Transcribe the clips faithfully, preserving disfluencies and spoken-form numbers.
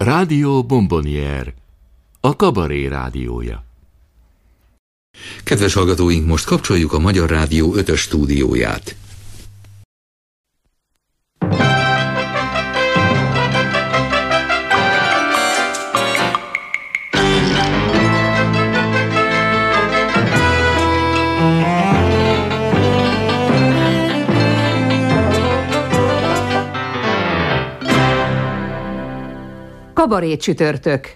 Rádió Bombonier, a kabaré rádiója. Kedves hallgatóink, most kapcsoljuk a Magyar Rádió ötös stúdióját. Kabaré csütörtök.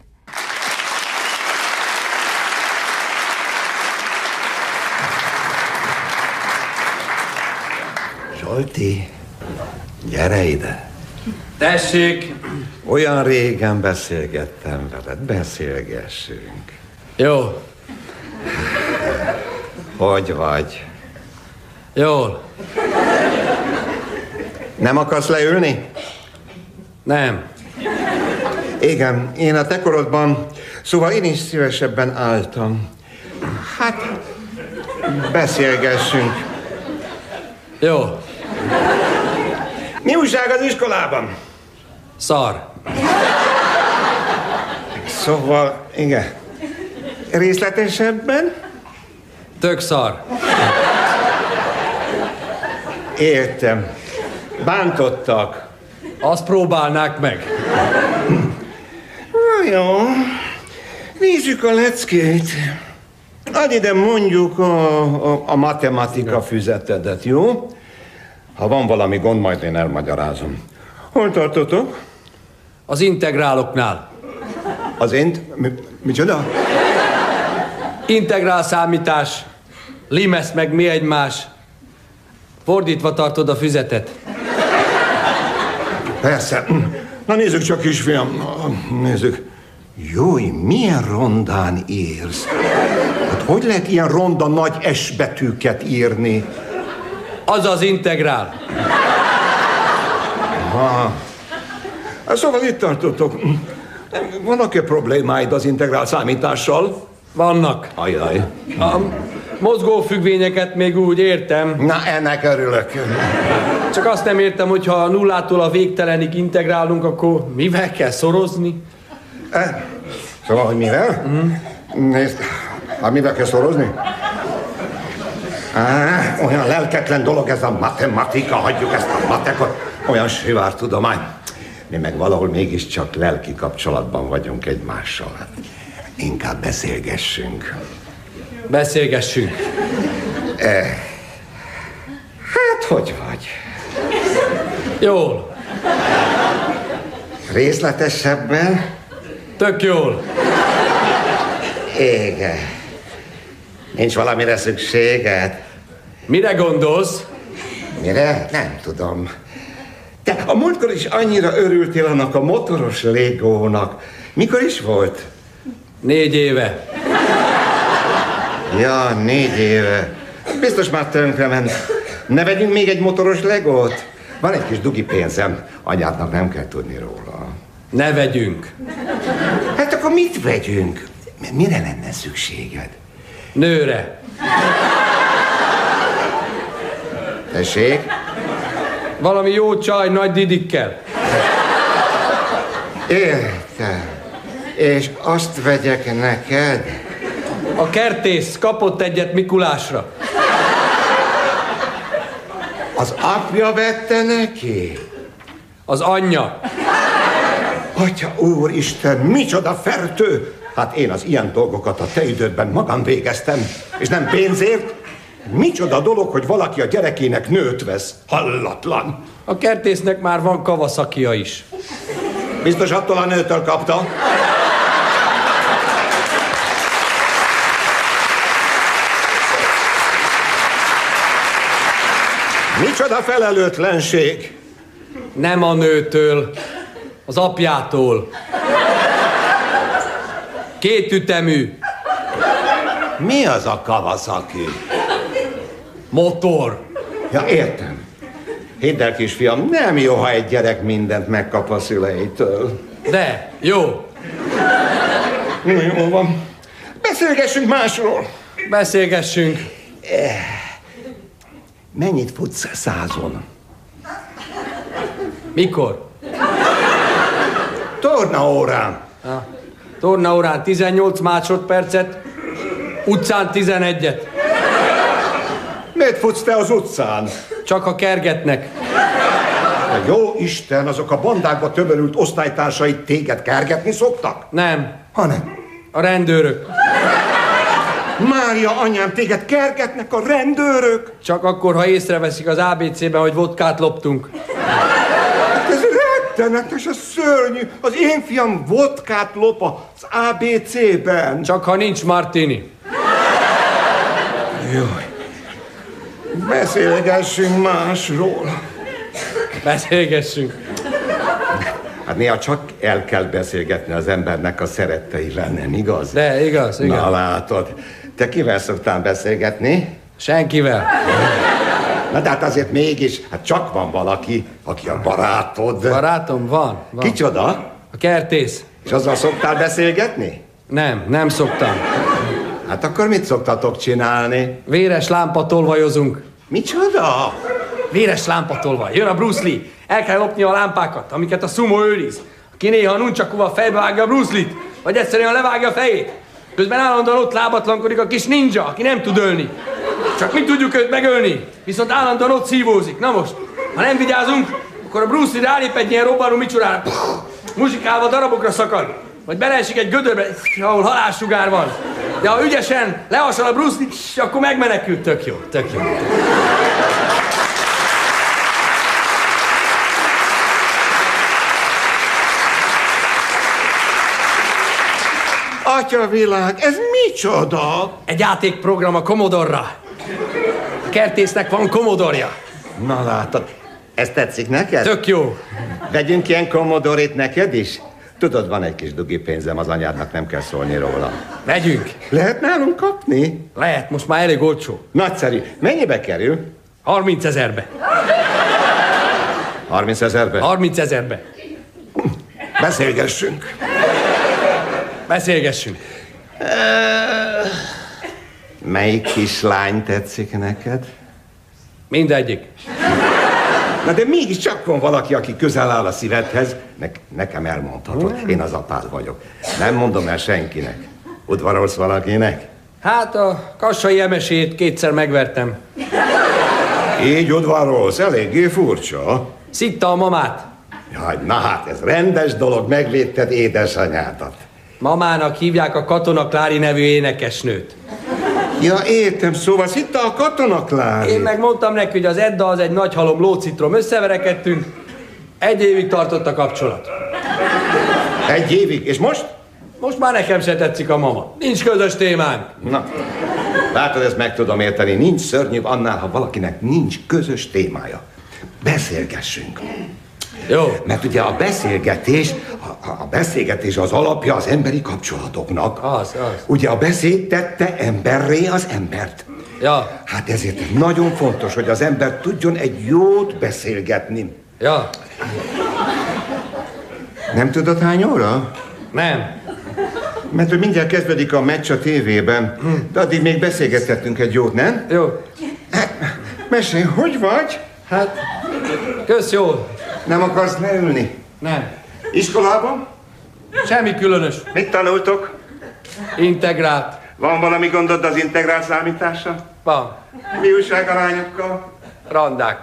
Zsolti, gyere ide. Tessék! Olyan régen beszélgettem veled, beszélgessünk. Jó. Hogy vagy? Jól. Nem akarsz leülni? Nem. Igen, én a te korodban, szóval én is szívesebben álltam. Hát, beszélgessünk. Jó. Mi újság az iskolában? Szar. Szóval, igen. Részletesebben? Tök szar. Értem. Bántottak. Azt próbálnák meg. Na jó. Nézzük a leckét. Add ide mondjuk a, a, a matematika füzetedet, jó? Ha van valami gond, majd én elmagyarázom. Hol tartotok? Az integráloknál. Az int... Mi, micsoda? Integrál számítás. Limesz meg mi egymás. Fordítva tartod a füzetet. Persze. Na nézzük csak, kisfiam. Nézzük. Jój, milyen rondán írsz. Hát hogy lehet ilyen ronda nagy S betűket írni? Az az integrál. Aha. Szóval itt tartotok. Vannak-e problémáid az integrál számítással? Vannak. Ajaj. A mozgófüggvényeket még úgy értem. Na, ennek örülök. Csak azt nem értem, hogy ha a nullától a végtelenig integrálunk, akkor mivel kell szorozni? E, szóval, hogy mivel? Mm. Nézd, hát mivel kell szorozni? Á, olyan lelketlen dolog ez a matematika, hagyjuk ezt a matekot, olyan sivár tudomány. Mi meg valahol mégiscsak lelki kapcsolatban vagyunk egymással. Hát, inkább beszélgessünk. Beszélgessünk. E, hát, hogy vagy? Jól. Részletesebben? Tök jól. Igen. Nincs valamire szükséged? Mire gondolsz? Mire? Nem tudom. Te a múltkor is annyira örültél annak a motoros Legónak. Mikor is volt? Négy éve. Ja, négy éve. Biztos már tönkrement. Ne vegyünk még egy motoros Legót? Van egy kis dugi pénzem. Anyádnak nem kell tudni róla. Ne vegyünk. Hát akkor mit vegyünk? Mire lenne szükséged? Nőre. Tessék? Valami jó csaj nagy didikkel. Értem. És azt vegyek neked? A kertész kapott egyet Mikulásra. Az apja vette neki? Az anyja. Atya úristen, micsoda fertő! Hát én az ilyen dolgokat a te idődben magam végeztem, és nem pénzért. Micsoda dolog, hogy valaki a gyerekének nőt vesz. Hallatlan. A kertésznek már van Kawasakia is. Biztos attól a nőtől kapta? Micsoda felelőtlenség! Nem a nőtől, az apjától. Kétütemű. Mi az a Kawasaki? Motor. Ja, értem. Hidd el, kisfiam, nem jó, ha egy gyerek mindent megkap a szüleitől. De, jó. Jó van. Beszélgessünk másról. Beszélgessünk. Mennyit futsz százon? Mikor? tornaórán. Ja. Tornaórán tizennyolc másodpercet, utcán tizenegyet. Miért futsz te az utcán? Csak ha kergetnek. De jó Isten, azok a bandákba tömörült osztálytársaid téged kergetni szoktak? Nem. Hanem. A rendőrök. Mária anyám, téged kergetnek a rendőrök? Csak akkor, ha észreveszik az á bé cében, hogy vodkát loptunk. Ez rettenetes, ez szörnyű. Az én fiam vodkát lop az á bé cében. Csak ha nincs martini. Jaj. Beszélgessünk másról. Beszélgessünk. Hát néha csak el kell beszélgetni az embernek a szeretteivel, nem igaz? De igaz, igaz. Na látod, te kivel szoktál beszélgetni? Senkivel. Na de hát azért mégis, hát csak van valaki, aki a barátod. Barátom van. van. Kicsoda? A kertész. És azzal szoktál beszélgetni? Nem, nem szoktam. Hát akkor mit szoktatok csinálni? Véres lámpatolvajozunk. Micsoda? Véres lámpatolvaj. Jön a Bruce Lee. El kell lopni a lámpákat, amiket a sumo őriz. Aki néha a nunchakuval fejbevágja a Bruce Lee-t, vagy egyszerűen levágja a fejét. Közben állandóan ott lábatlankodik a kis ninja, aki nem tud ölni. Csak mi tudjuk őt megölni, viszont állandóan ott szívózik. Na most, ha nem vigyázunk, akkor a Bruce Lee rálép egy ilyen robbanó micsorára. Muzsikálva darabokra szakad. Vagy beleesik egy gödörbe, ahol halálsugár van. De ha ügyesen lehasal a Bruce Lee, akkor megmenekült. Tök jó, tök jó. Atyavilág, ez micsoda? Egy játékprogram a Commodore-ra. A kertésznek van Commodore-ja. Na látod, ez tetszik neked? Tök jó. Vegyünk ilyen Commodore-t neked is? Tudod, van egy kis dugi pénzem, az anyádnak nem kell szólni róla. Vegyünk. Lehet nálunk kapni? Lehet, most már elég olcsó. Nagyszerű. Mennyibe kerül? harminc ezerbe. harminc ezerbe? harminc ezerbe. Beszélgessünk. Beszélgessünk. Melyik kislány tetszik neked? Mindegyik. Na de mégiscsak van valaki, aki közel áll a szívedhez. Ne, nekem elmondhatod, én az apád vagyok. Nem mondom el senkinek. Udvarolsz valakinek? Hát a kassai emesét kétszer megvertem. Így udvarolsz, eléggé furcsa. Szitta a mamát. Jaj, na hát, ez rendes dolog, megvédted édesanyádat. Mamának hívják a Katona Klári nevű énekesnőt. Ja, értem, szóval szitta a Katona Klári. Én meg mondtam neki, hogy az Edda az egy nagy halom lócitrom. Összeverekedtünk. Egy évig tartott a kapcsolat. Egy évig, és most? Most már nekem se tetszik a mama. Nincs közös témánk. Na, látod, ezt meg tudom érteni. Nincs szörnyűbb annál, ha valakinek nincs közös témája. Beszélgessünk. Jó. Mert ugye a beszélgetés, a, a beszélgetés az alapja az emberi kapcsolatoknak. Az, az. Ugye a beszéd tette emberré az embert. Ja. Hát ezért nagyon fontos, hogy az ember tudjon egy jót beszélgetni. Ja. Nem tudod hány óra? Nem. Mert hogy mindjárt kezdődik a meccs a tévében, de addig még beszélgethetünk egy jót, nem? Jó. Hát, mesélj, hogy vagy? Hát, kösz jól. Nem akarsz leülni? Nem. Iskolában? Semmi különös. Mit tanultok? Integrált. Van valami gondod az integrált számítással? Van. Mi újság a lányokkal? Randák.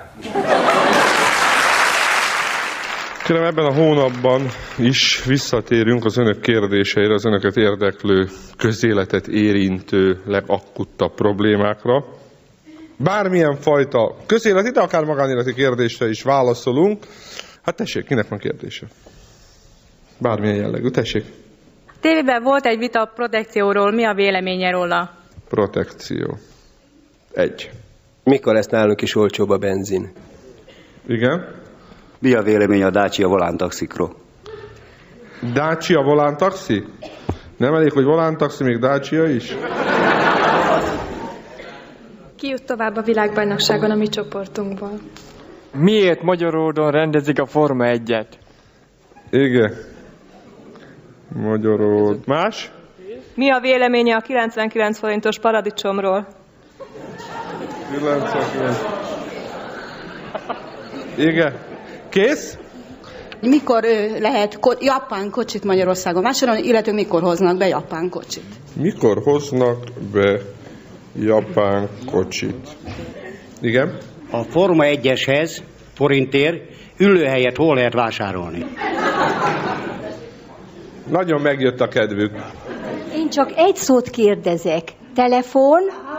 Kérem, ebben a hónapban is visszatérünk az önök kérdéseire, az önöket érdeklő, közéletet érintő, legakkuttabb problémákra. Bármilyen fajta közéleti, de akár magánéleti kérdésre is válaszolunk. Hát tessék, kinek van kérdése? Bármilyen jellegű, tessék. Tévében volt egy vita a protekcióról, mi a véleménye róla? Protekció. Egy. Mikor lesz nálunk is olcsóbb a benzin? Igen. Mi a vélemény a Dacia volántaxikról? Dacia volántaxi? Nem elég, hogy volántaxi, még Dacia is? Ki jut tovább a világbajnokságon a mi csoportunkból? Miért Magyaródon rendezik a Forma egyet? Igen. Magyaród. Más? Mi a véleménye a kilencvenkilenc forintos paradicsomról? kilencvenkilenc. Igen. Kész? Mikor ö, lehet ko- japán kocsit Magyarországon vásárolni, illetve mikor hoznak be japán kocsit? Mikor hoznak be japán kocsit? Igen? A Forma egyeshez forintért ülőhelyet hol lehet vásárolni? Nagyon megjött a kedvük. Én csak egy szót kérdezek. Telefon?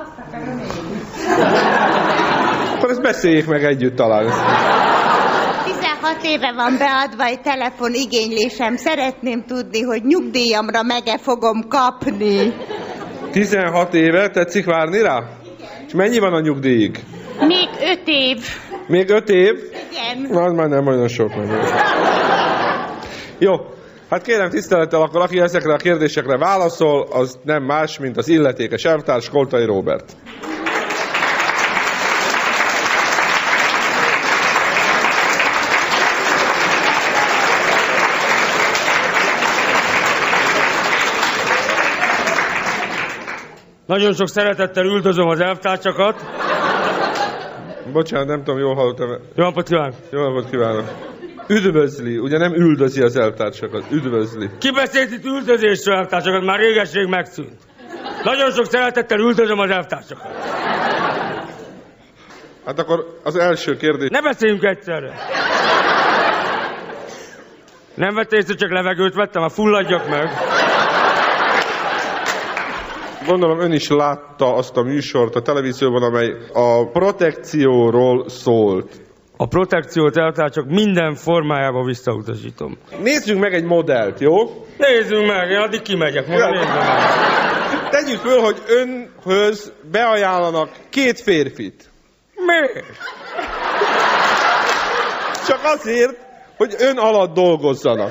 Akkor ezt beszéljék meg együtt talán. tizenhat éve van beadva egy telefonigénylésem. Szeretném tudni, hogy nyugdíjamra meg-e fogom kapni. tizenhat éve, tetszik várni rá? És mennyi van a nyugdíjig? Még öt év. Még öt év? Igen. Az már nem olyan sok. Meg. Jó, hát kérem tisztelettel, akkor aki ezekre a kérdésekre válaszol, az nem más, mint az illetékes elvtárs, Koltai Róbert. Nagyon sok szeretettel üldözöm az elvtársakat. Bocsánat, nem tudom, jól hallottam. Jó napot kívánok! Jó napot kívánok! Üdvözli, ugye nem üldözi az elvtársakat, üdvözli. Ki beszélt itt üldözésről elvtársakat? Már régesség megszűnt. Nagyon sok szeretettel üldözöm az elvtársakat. Hát akkor az első kérdés... Ne beszéljünk egyszerre! Nem vett észre, csak levegőt vettem, ha fulladjak meg. Gondolom ön is látta azt a műsort a televízióban, amely a protekcióról szólt. A protekciót eltársak minden formájába visszautasítom. Nézzünk meg egy modellt, jó? Nézzünk meg, én addig kimegyek. Most nézzünk meg. Tegyük föl, hogy önhöz beajánlanak két férfit. Miért? Csak azért, hogy ön alatt dolgozzanak.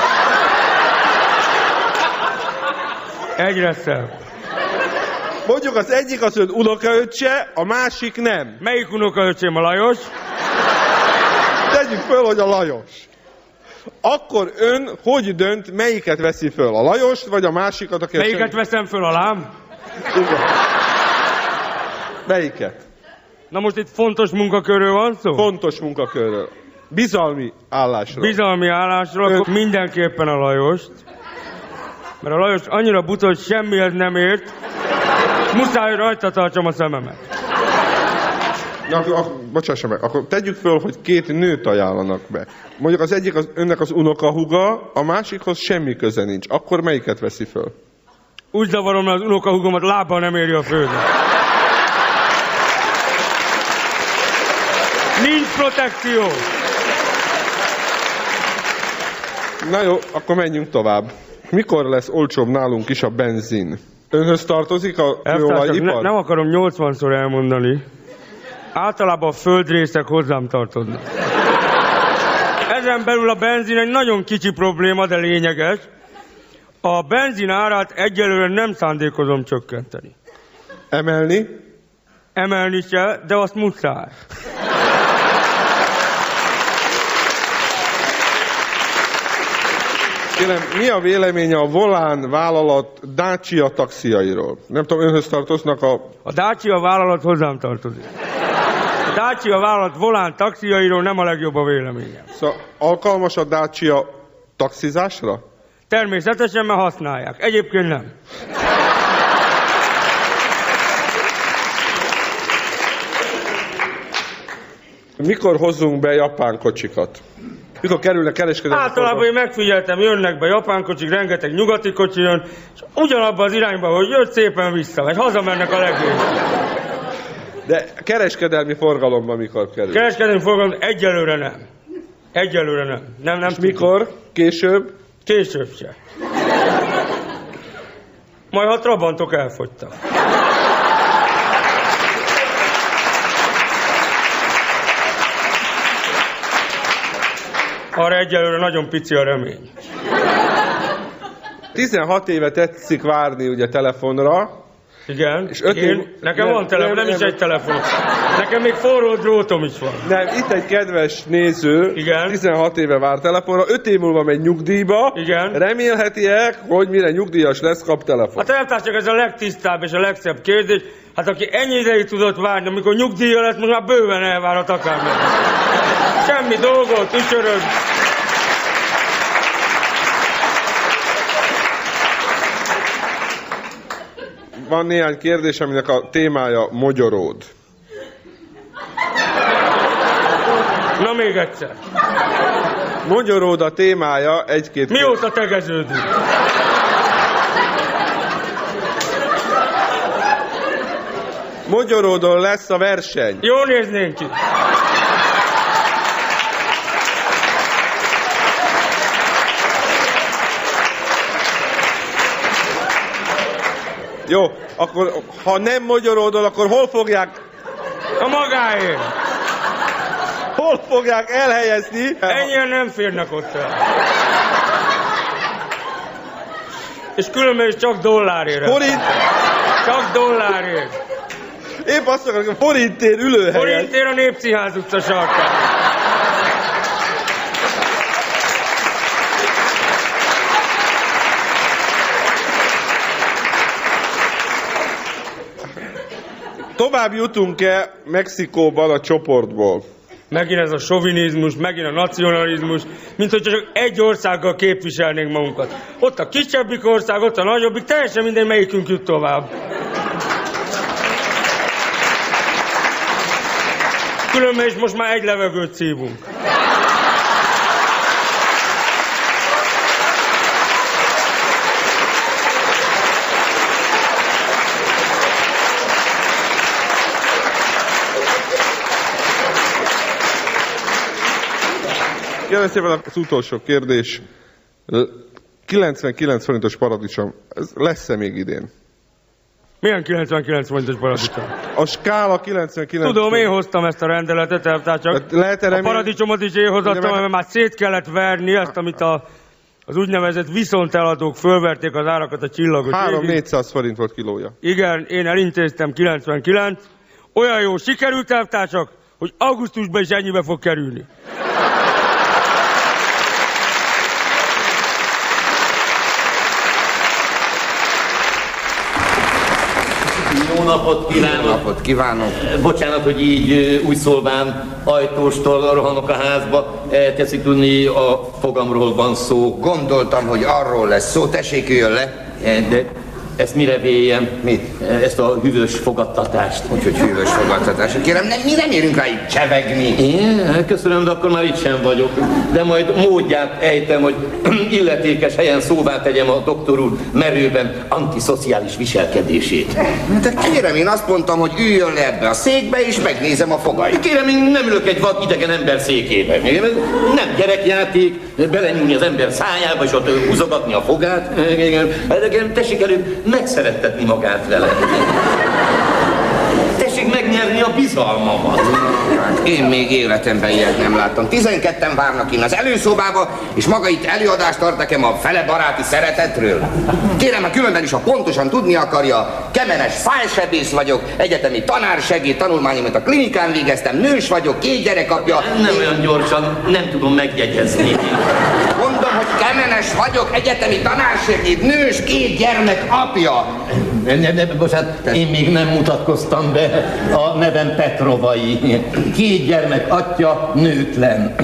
Egyre szebb. Mondjuk az egyik az ön unokaöccse, a másik nem. Melyik unokaöcsém, a Lajos? Tegyük föl, hogy a Lajos. Akkor ön hogy dönt, melyiket veszi föl? A Lajost, vagy a másikat, aki... Melyiket sem... veszem föl, a lám? Igen. Melyiket? Na most itt fontos munkakörről van szó? Fontos munkakörről. Bizalmi állásról. Bizalmi állásról, ön... akkor mindenképpen a Lajost. Mert a Lajos annyira buta, hogy semmihez nem ért, muszáj, hogy rajta tartsam a szememet. Na, akkor, akkor, bocsássa meg, akkor tegyük föl, hogy két nőt ajánlanak be. Mondjuk az egyik az önnek az unokahuga, a másikhoz semmi köze nincs. Akkor melyiket veszi föl? Úgy zavarom, mert az unokahugomat lábbal nem éri a főzet. Nincs protekció. Na jó, akkor menjünk tovább. Mikor lesz olcsóbb nálunk is a benzin? Önhöz tartozik a kőolajipar? Ne, nem akarom nyolcvanszor elmondani. Általában a földrészek hozzám tartoznak. Ezen belül a benzin egy nagyon kicsi probléma, de lényeges. A benzin árát egyelőre nem szándékozom csökkenteni. Emelni? Emelni se, de azt muszáj. Kérem, mi a véleménye a Volán vállalat Dacia taxiairól? Nem tudom, önhöz tartoznak a... A Dacia vállalat hozzám tartozik. A Dacia vállalat Volán taxiairól nem a legjobb a véleményem. Szóval alkalmas a Dacia taxizásra? Természetesen, mert használják. Egyébként nem. Mikor hozzunk be japán kocsikat? Mikor kerülnek kereskedelmi? Általában én megfigyeltem, jönnek be japán kocsik, rengeteg nyugati kocsi jön, és ugyanabban az irányban, hogy jött, szépen visszamegy, hazamennek a legjobb. De kereskedelmi forgalomban mikor kerül? Kereskedelmi forgalomban egyelőre nem. Egyelőre nem. nem, nem és mikor? Később? Később se. Majd ha trabantok elfogytak. Arra egyelőre nagyon pici a remény. tizenhat éve tetszik várni ugye telefonra. Igen. És öt Én, év... Nekem nem, van telefon, nem, nem is egy telefon. Nekem még forró drótom is van. Nem, itt egy kedves néző, igen, tizenhat éve vár telefonra, öt év múlva megy nyugdíjba. Igen. Remélhetiek, hogy mire nyugdíjas lesz, kap telefon. Hát eltársak, ez a legtisztább és a legszebb kérdés. Hát aki ennyi ideig tudott várni, amikor nyugdíja lett, most már bőven elvárhat akármilyen. Semmi dolgot, ücsörög. van néhány kérdés, aminek a témája mogyoród. Na még egyszer. Mogyoród a témája egy-két... Mióta tegeződik? Mogyoródon lesz a verseny. Jó néznénk ki. Jó, akkor ha nem mogyoródon, akkor hol fogják... A magáért. Hol fogják elhelyezni? Ennyien nem férnek ott el. És különben is csak dollárért. Forint? Csak dollárért. Épp azt akarok, hogy forintért ülőhelyen. Forintért a Népszínház utca sarkán. Tovább jutunk-e Mexikóban a csoportból? Megint ez a sovinizmus, megint a nacionalizmus, mint hogy csak egy országgal képviselnénk magunkat. Ott a kisebbik ország, ott a nagyobbik, teljesen minden melyikünk jut tovább. Különben is most már egy levegőt szívunk. Kérlek szépen az utolsó kérdés. kilencvenkilenc forintos paradicsom, ez lesz-e még idén? Milyen kilencvenkilenc forintos paradicsom? A skála kilencvenkilenc... Tudom, én hoztam ezt a rendeletet, tehát csak lehet a paradicsomot is én hozattam, mert már szét kellett verni ezt, amit a, az úgynevezett viszonteladók fölverték az árakat a csillagos. három-négyszáz forint volt kilója. Igen, én elintéztem kilencvenkilenc. Olyan jó sikerült, elvtársak, hogy augusztusban is ennyibe fog kerülni. Jó napot kívánok! Jó napot kívánok! Bocsánat, hogy így úgy szólván ajtóstól rohanok a házba. Tetszik tudni, a fogamról van szó. Gondoltam, hogy arról lesz szó, tessék, üljön le. De ezt mire véljem? Mit? Ezt a hűvös fogadtatást. Úgyhogy hűvös fogadtatást. Kérem, nem, mi nem érünk rá így csevegni. Én? Köszönöm, de akkor már itt sem vagyok. De majd módját ejtem, hogy illetékes helyen szóvá tegyem a doktor úr merőben antiszociális viselkedését. De kérem, én azt mondtam, hogy üljön le ebbe a székbe, és megnézem a fogait. Kérem, én nem ülök egy vad idegen ember székébe. Nem gyerekjáték, belenyúlni az ember szájába, és ott húzogatni a fogát. Tessék előbb megszerettetni magát vele. Tessék megnyerni a bizalmamat. Hát én még életemben ilyet nem láttam. Tizenketten várnak innen az előszobába, és maga itt előadást tart nekem a fele baráti szeretetről. Kérem, ha különben is, ha pontosan tudni akarja, kemenes fájsebész vagyok, egyetemi tanársegéd, tanulmányomat a klinikán végeztem, nős vagyok, két gyerekapja. Nem olyan gyorsan, nem tudom megjegyezni. Mondom, hogy kemenes vagyok, egyetemi tanársegéd, nős, két gyermek apja. Ne, ne, ne, bocsánat, én még nem mutatkoztam be. A nevem Petrovai. Két gyermek atya, nőtlen.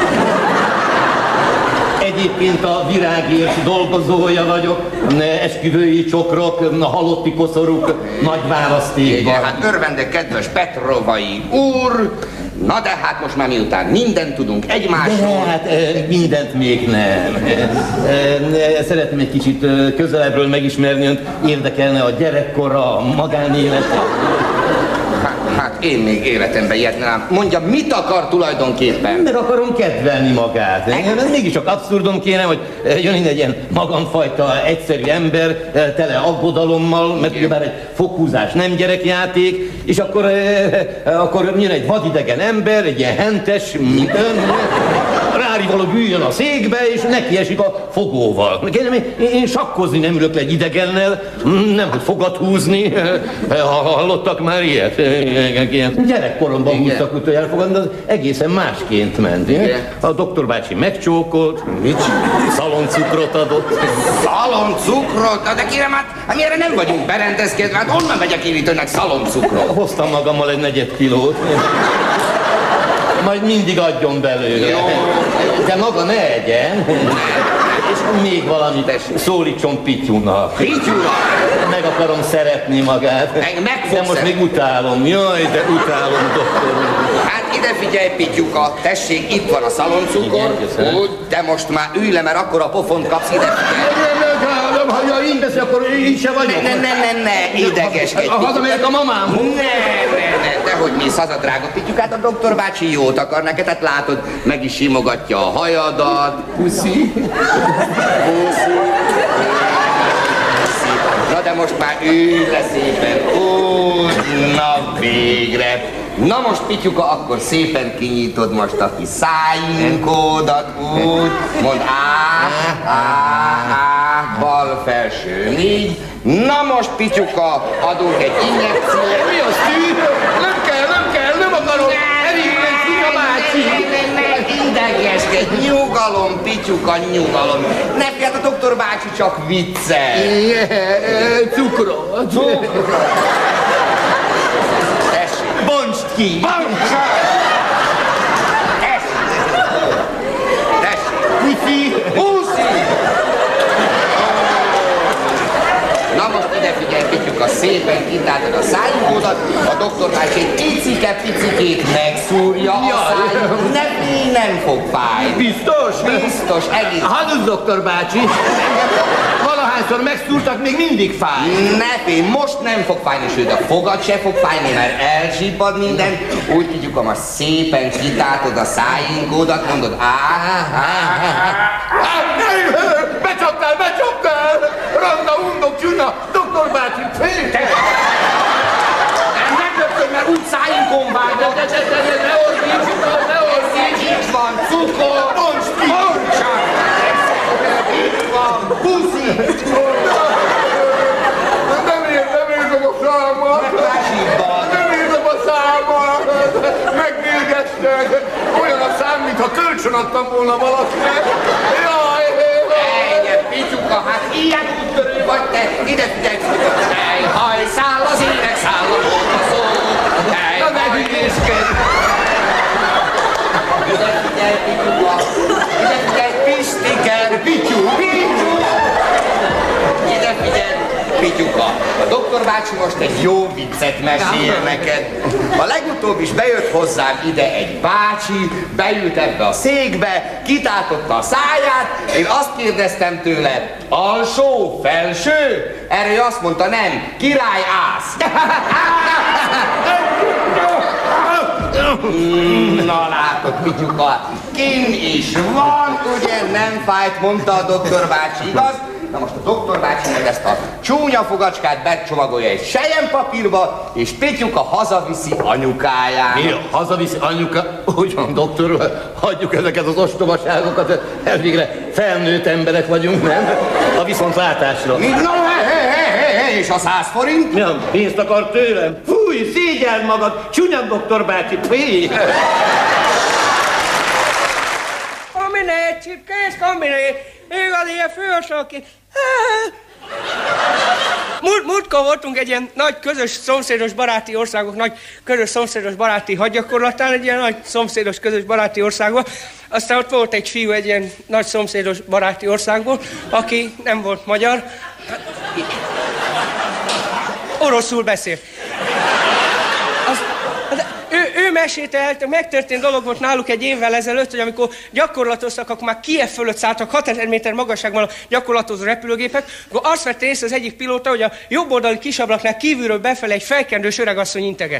Egyébként a virágért dolgozója vagyok, esküvői csokrok, halotti koszorúk, nagy választékban. Igen, hát örvendek, kedves Petrovai úr, na de hát most már miután mindent tudunk egymásról... De hát mindent még nem. Szeretném egy kicsit közelebbről megismerni, önt érdekelne a gyerekkora, a magánélete. Hát, hát én még életemben ilyet nem. Mondja, mit akar tulajdonképpen? Mert akarom kedvelni magát. Ez mégis csak abszurdum kéne, hogy jön innen egy ilyen magamfajta egyszerű ember, tele aggodalommal, mert ugyebár egy foghúzás nem gyerekjáték, és akkor, akkor jön egy vadidegen ember, egy ilyen hentes, mint ön, rárivaló üljön a székbe, és neki esik a fogóval. Én, én sakkozni nem ülök le egy idegennel, nem hogy fogat húzni. Hallottak már ilyet? Gyerekkoromban húztak utoljára fogadni, de az egészen másként ment. A doktor bácsi megcsókolt, mit? Szaloncukrot adott. Szaloncukrot? De kérem, hát mi erre nem vagyunk berendezkedve, hát onnan megyek érítőnek szaloncukrot? Hoztam magammal egy negyed kilót. Majd mindig adjon belőle. Jó. De maga ne egyen. És még valamit, szólítson Pityúnak. Pityúnak? Meg akarom szeretni magát. Meg, meg de most még utálom. Jaj, de utálom, doktor. Hát ide figyelj, Pityuka, tessék, itt van a szaloncukor. Úgy, de most már ülj le, mert akkor a pofont kapsz, ide figyelj. Ha így beszél, akkor így se vagyok. Ne, ne, ne, ne, idegeskedj. Hazamegyek a mamámhoz. Ne, ne, ne, dehogy mész haza, drága Pityukát, a doktor bácsi jót akar neked, tehát látod, meg is simogatja a hajadat. Puszi. Puszi. Na de most már ülj le szépen, úgy, na végre. Na most, Pityuka, akkor szépen kinyitod most a kis szájinkódat, úgy, mondd á, á, á, bal felső négy. Na most, Pityuka, adunk egy injekciót. Mi az tű? Nem kell, nem kell, nem akarom. Elégben Pityuka bácsi. Idegeskedj, nyugalom, Pityuka, nyugalom. Ne fiat, a doktor bácsi csak viccel. Cukrot. Tessék. Bontsd ki. Bontsd! Tessék. Tessék. Puszi. Puszi. Na most ide figyelj, Pityuka, szépen kitáltad a szájunkódat, a doktor bácsi egy picike-picikét megszúrja a szájunk, nem, nem fog fájni. Biztos? Biztos, egész. Hadd doktor bácsi, valahányszor megszúrtak, még mindig fáj. Ne félj, most nem fog fájni, sőt a fogad se fog fájni, mert elzsibbad minden. Úgy Pityuka, most szépen kitáltod a szájunkódat, mondod á, á, á. Becsaptál, becsaptál! Randa, undok, csuna, doktor bácsi, fél! Meglepődj, mert úgy szájunkon vág, de, de, de, de, de, ne ordíts, ne ordíts! Itt van cukor! Bontsd ki! Bontsak! Itt van puszi! Nem ér, nem érzem a számat! Nem érzem a számat! Megvérgeztek! Olyan a szám, mintha kölcsön adtam volna valakinek! Jaj! Pityuka, hát ilyen úttörő vagy te, ide figyelj, tej, hajszál, az ének száll, a móta szól, tej, hajszál. Ide figyelj, Pityuka, ide figyelj, Pistiker, Pityú, Pityú. Ide figyelj, Pityuka, a doktor bácsi most egy jó viccet mesél neked. A legutóbb is bejött hozzám ide egy bácsi, beült ebbe a székbe, kitátotta a száját, én azt kérdeztem tőle, alsó, felső? Erre ő azt mondta, nem, király ász. Na látod, Pityuka, kin is van, ugye nem fájt, mondta a doktor bácsi, igaz? Na most a doktor bácsi meg ezt a csúnya fogacskát becsomagolja egy selyempapírba, és Pityuka hazaviszi anyukájának. Mi? Hazaviszi anyuka? Úgy van, doktor, hagyjuk ezeket az ostobaságokat, elvégre felnőtt emberek vagyunk, nem? A viszontlátásra. Mi? Na, he, he, he, he, és a száz forint? Mi a pénzt akar tőlem? Fúj, szégyeld magad, csúnya doktor bácsi, fúj! Kombinét, csipkész, kombinét, igazi ilyen fősokként. Múlt, múltkor voltunk egy ilyen nagy közös szomszédos baráti országok, nagy közös szomszédos baráti hadgyakorlatán, egy ilyen nagy szomszédos közös baráti országban. Aztán ott volt egy fiú egy ilyen nagy szomszédos baráti országból, aki nem volt magyar, oroszul beszélt. Az, ő, ő mesélte el, megtörtént dolog volt náluk egy évvel ezelőtt, hogy amikor gyakorlatoztak, akkor már Kijev fölött szálltak hatezer méter magasságban a gyakorlatozó repülőgépek, akkor azt vette észre az egyik pilóta, hogy a jobb oldali kisablaknál kívülről befelé egy felkendős öregasszony integet.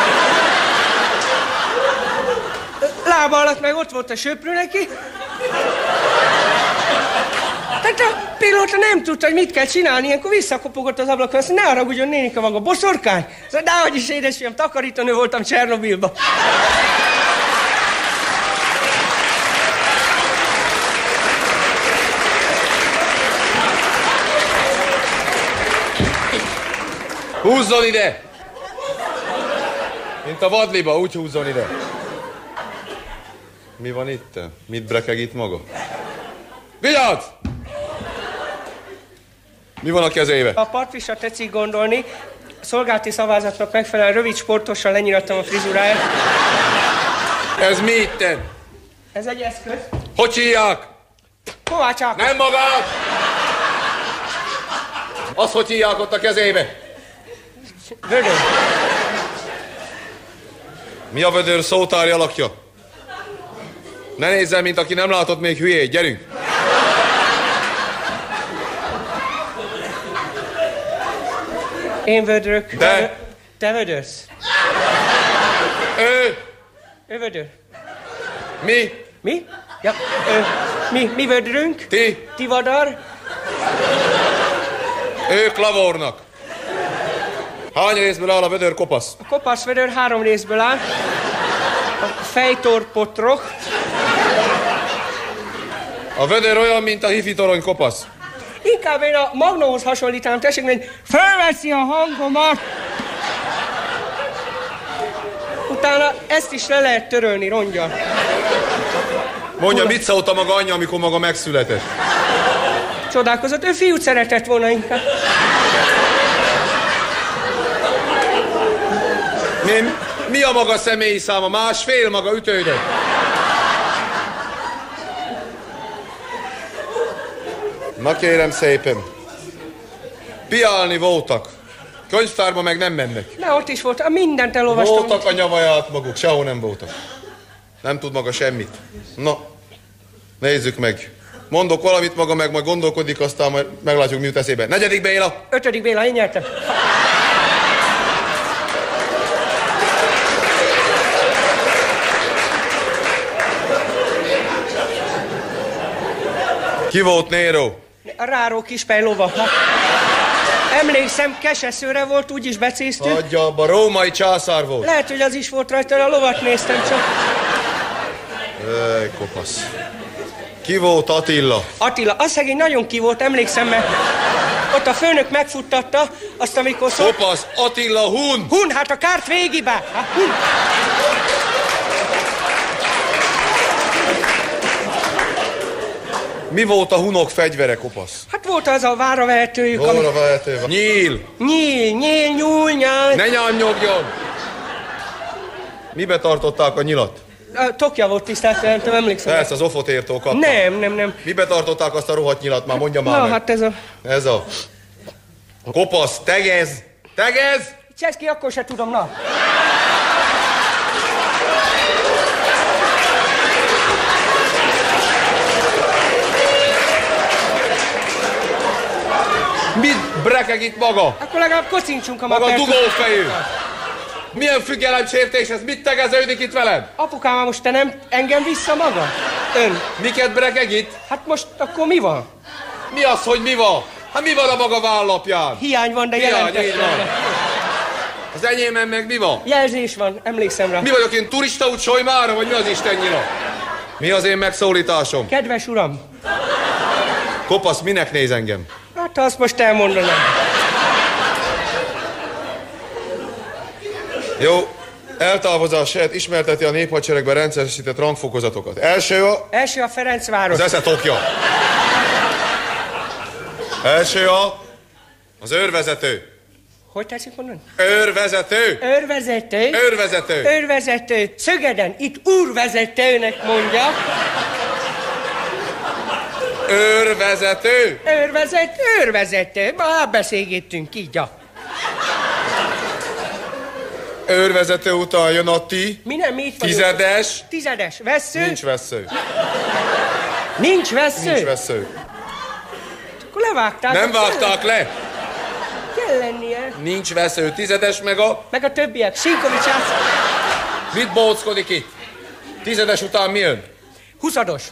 Lába alatt meg ott volt a söprő neki. Tehát a pilóta nem tudta, hogy mit kell csinálni, ilyenkor visszakopogott az ablakon, azt mondja, ne haragudjon, nénika maga, boszorkány? Szóval, dehogy is, édesfiam, takarítónő voltam Csernobilban. Húzzon ide! Mint a vadliba, úgy húzzon ide. Mi van itt? Mit brekeg itt maga? Vigyázz! Mi van a kezébe? A partvisra tetszik gondolni. A szolgálati szavazatnak megfelelően rövid sportosan lenyirattam a frizuráját. Ez mi itten? Ez egy eszköz. Hogy hívják? Kovács Ákos. Nem magad! Az, hogy hívják ott a kezébe? Vödör. Mi a vödör szótári alakja? Ne nézzel, mint aki nem látott még hülyét. Gyerünk! Én vödrök. De? Te vödörsz. Ő. Ő vödör. Mi? Mi? Ja, ő. Mi, mi vödrünk. Ti? Ti vadar. Ő klavornak. Hány részből áll a vödör kopasz? A kopasz vödör három részből áll. A fejtorpotrok. A vödör olyan, mint a hifi torony kopasz. Inkább én a magnóhoz hasonlítanám, tessék, hogy fölveszi a hangomat. Utána ezt is le lehet törölni, rongyal. Mondja, mit szólt maga anyja, amikor maga megszületett? Csodálkozott, ő fiút szeretett volna inkább. Mi, mi a maga személyi száma? Másfél maga ütődött. Na kérem szépen. Piálni voltak. Könyvtárba meg nem mennek. Ne, ott is volt, mindent elolvastam. Voltak a nyavaját maguk, sehol nem voltak. Nem tud maga semmit. Na, nézzük meg. Mondok valamit maga meg, majd gondolkodik, aztán majd meglátjuk, mi jut eszébe. Negyedik Béla. Ötödik Béla, én nyertem. Ki volt Nero? A ráró kispej lova. Emlékszem, keseszőre volt, úgyis becéztük. Adja abba, római császár volt. Lehet, hogy az is volt rajta, a lovat néztem csak. Ej, kopasz. Ki volt Attila? Attila, az szegény nagyon ki volt, emlékszem, mert ott a főnök megfuttatta, azt amikor szó... Kopasz, Attila Hun! Hun, hát a kárt végibe! Hát, Hun! Mi volt a hunok fegyvere, kopasz? Hát volt az a vára vehetőjük, Vára ami... vehető. Nyíl! Nyíl, nyíl, nyúl, nyál. Ne nyomnyogjon! Mibe tartották a nyilat? A tokja volt tisztelt, nem emlékszem. Persze, az ofotértól kaptam. Nem, nem, nem. Mibe tartották azt a rohadt nyilat? Már mondja már Na, meg. hát ez a... Ez a... Kopasz, tegez! Tegez! Csesz ki, akkor se tudom, na. Mit brekeg itt maga? Akkor legalább kocincsunk a maga dugófejű! Milyen függelemsértés ez? Mit tegeződik itt veled? Apukám, most te nem engem vissza maga? Ön. Miket brekeg itt? Hát most akkor mi van? Mi az, hogy mi van? Hát mi van a maga vállapján? Hiány van, de jelentett. Az enyémen meg mi van? Jelzés van, emlékszem rá. Mi vagyok én, turista út Solymára, vagy mi az Isten nyila? Mi az én megszólításom? Kedves uram! Kopasz, minek néz engem? Hát azt most elmondanám. Jó, eltávozás helyett ismerteti a néphadseregben rendszeresített rangfokozatokat. Első a... Első a Ferencváros. Az eszet okja. Első a... Az őrvezető. Hogy tetszik mondani? Őrvezető. Őrvezető. Őrvezető. Őrvezető. Szögeden, itt úrvezetőnek mondja. Őrvezető. Őrvezető, őrvezető. Már beszélgettünk így, ja. Őrvezető után jön a ti. Mi nem, mi itt vagyunk? Tizedes. Tizedes. Vessző. Nincs vessző. Nincs vessző? Nincs vessző. Akkor levágták. Nem vágták le. Kell lennie. Nincs vesző. Tizedes meg a... Meg a többiek. Sinkovics át. Mit bóckodik itt? Tizedes után mi jön? Huszados.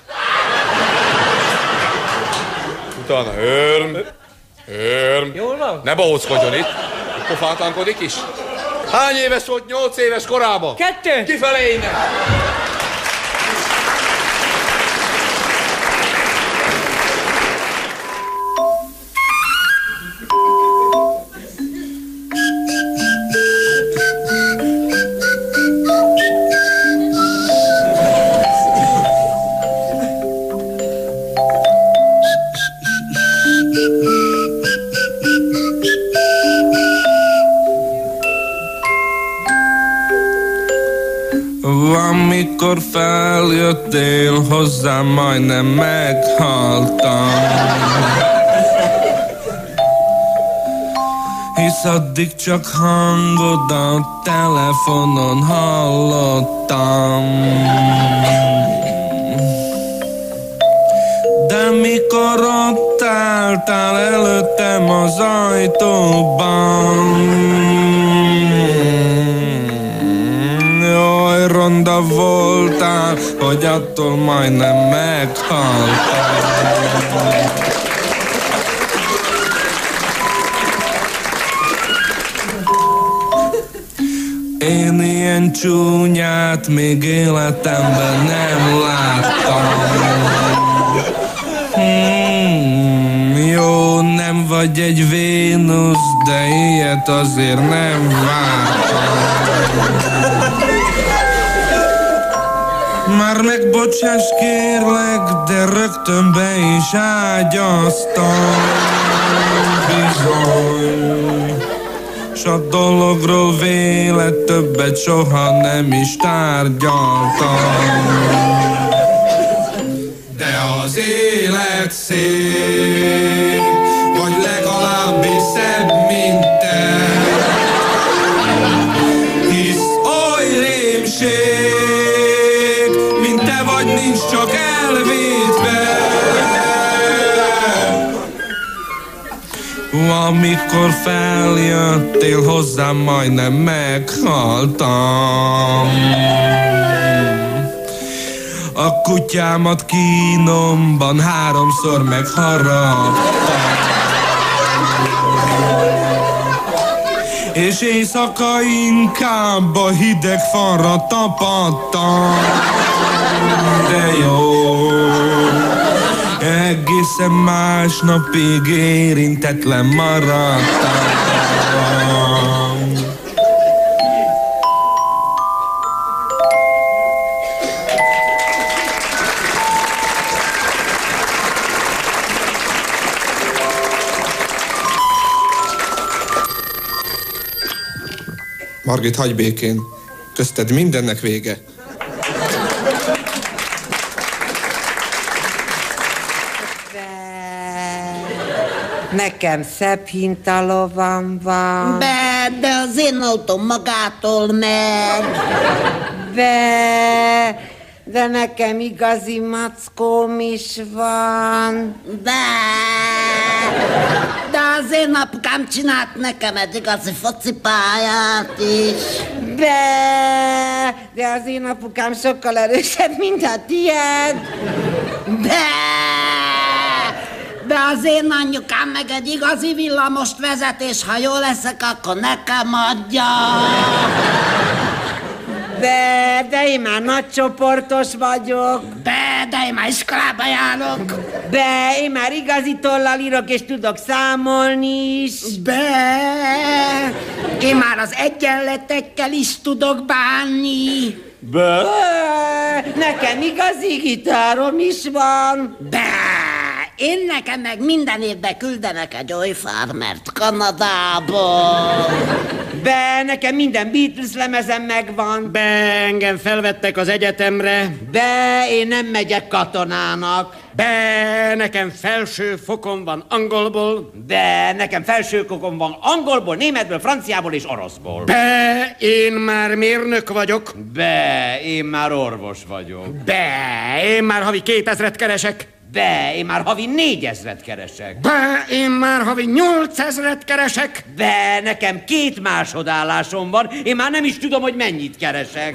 Utána örm. Örm. Jól van? Ne bóckodjon itt. Itt pofátlankodik is. Hány éves volt nyolc éves korában? Kettő. Kifelé innen. Van mit feljöttél hozzám, majdnem meghaltam. Hisz addig csak hangodat telefonon hallottam. De mikor ott álltál előttem az ajtóban, jaj, ronda voltál, hogy attól majdnem meghaltál. Én ilyen csúnyát még életemben nem láttam. Hmm, jó, nem vagy egy Vénusz, de ilyet azért nem vártam. Már megbocsáss kérlek, de rögtön be is ágyaztam. Bizony, s a dologról vélet többet soha nem is tárgyaltam. De az élet szép, vagy legalábbis szebb, mint te. Hisz oly rémség, mint te vagy, nincs csak elvétve. Amikor feljöttél hozzám, majdnem meghaltam. A kutyámat kínomban háromszor megharaptam. És éjszaka inkább a hideg falra tapadtam. De jó, egészen másnapig érintetlen maradtam. Margit, hagyj békén. Közted mindennek vége. Nekem szebb hintalovam van. Be, de az én autóm magától megy. Be, de nekem igazi mackóm is van. Be, de az én apukám csinált nekem egy igazi focipályát is. Be, de az én apukám sokkal erősebb, mint a tiéd. Be, de az én anyukám meg egy igazi villamost vezet, és ha jól leszek, akkor nekem adja. De, de én már nagycsoportos vagyok. Be, de én már iskolába járok. Be, én már igazi tollal írok, és tudok számolni is. Be, én már az egyenletekkel is tudok bánni. Be, nekem igazi gitárom is van. Be, én nekem meg minden évben küldenek egy oly farmert Kanadából. Be, nekem minden Beatles lemezem megvan. Be, engem felvettek az egyetemre. Be, én nem megyek katonának. Be, nekem felső fokom van angolból. Be, nekem felső fokom van angolból, németből, franciából és oroszból. Be, én már mérnök vagyok. Be, én már orvos vagyok. Be, én már havi kétezret keresek. Be, én már havi négyezret keresek. Be, én már havi nyolcezret keresek. Be, nekem két másodállásom van, én már nem is tudom, hogy mennyit keresek.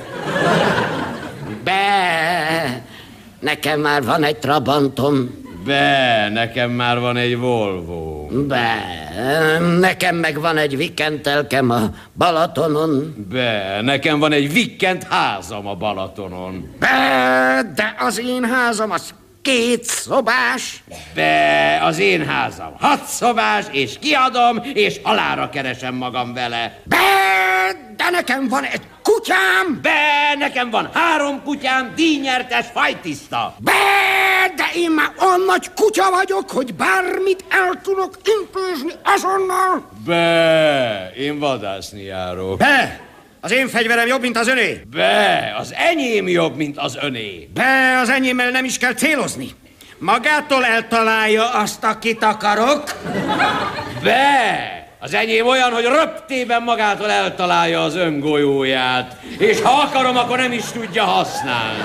Be, nekem már van egy Trabantom. Be, nekem már van egy Volvo. Be, nekem meg van egy vikentelkem a Balatonon. Be, nekem van egy vikent házam a Balatonon. Be, de az én házam az két szobás. Be, az én házam hat szobás, és kiadom, és halára keresem magam vele. Be, de nekem van egy kutyám. Be, nekem van három kutyám, díjnyertes, fajtiszta. Be, de én már olyan nagy kutya vagyok, hogy bármit el tudok intézni azonnal. Be, én vadászni járok. Be, Az én fegyverem jobb, mint az öné. Be, az enyém jobb, mint az öné. Be, az enyémmel nem is kell célozni. Magától eltalálja azt, akit akarok. Be, az enyém olyan, hogy röptében magától eltalálja az öngolyóját. És ha akarom, akkor nem is tudja használni.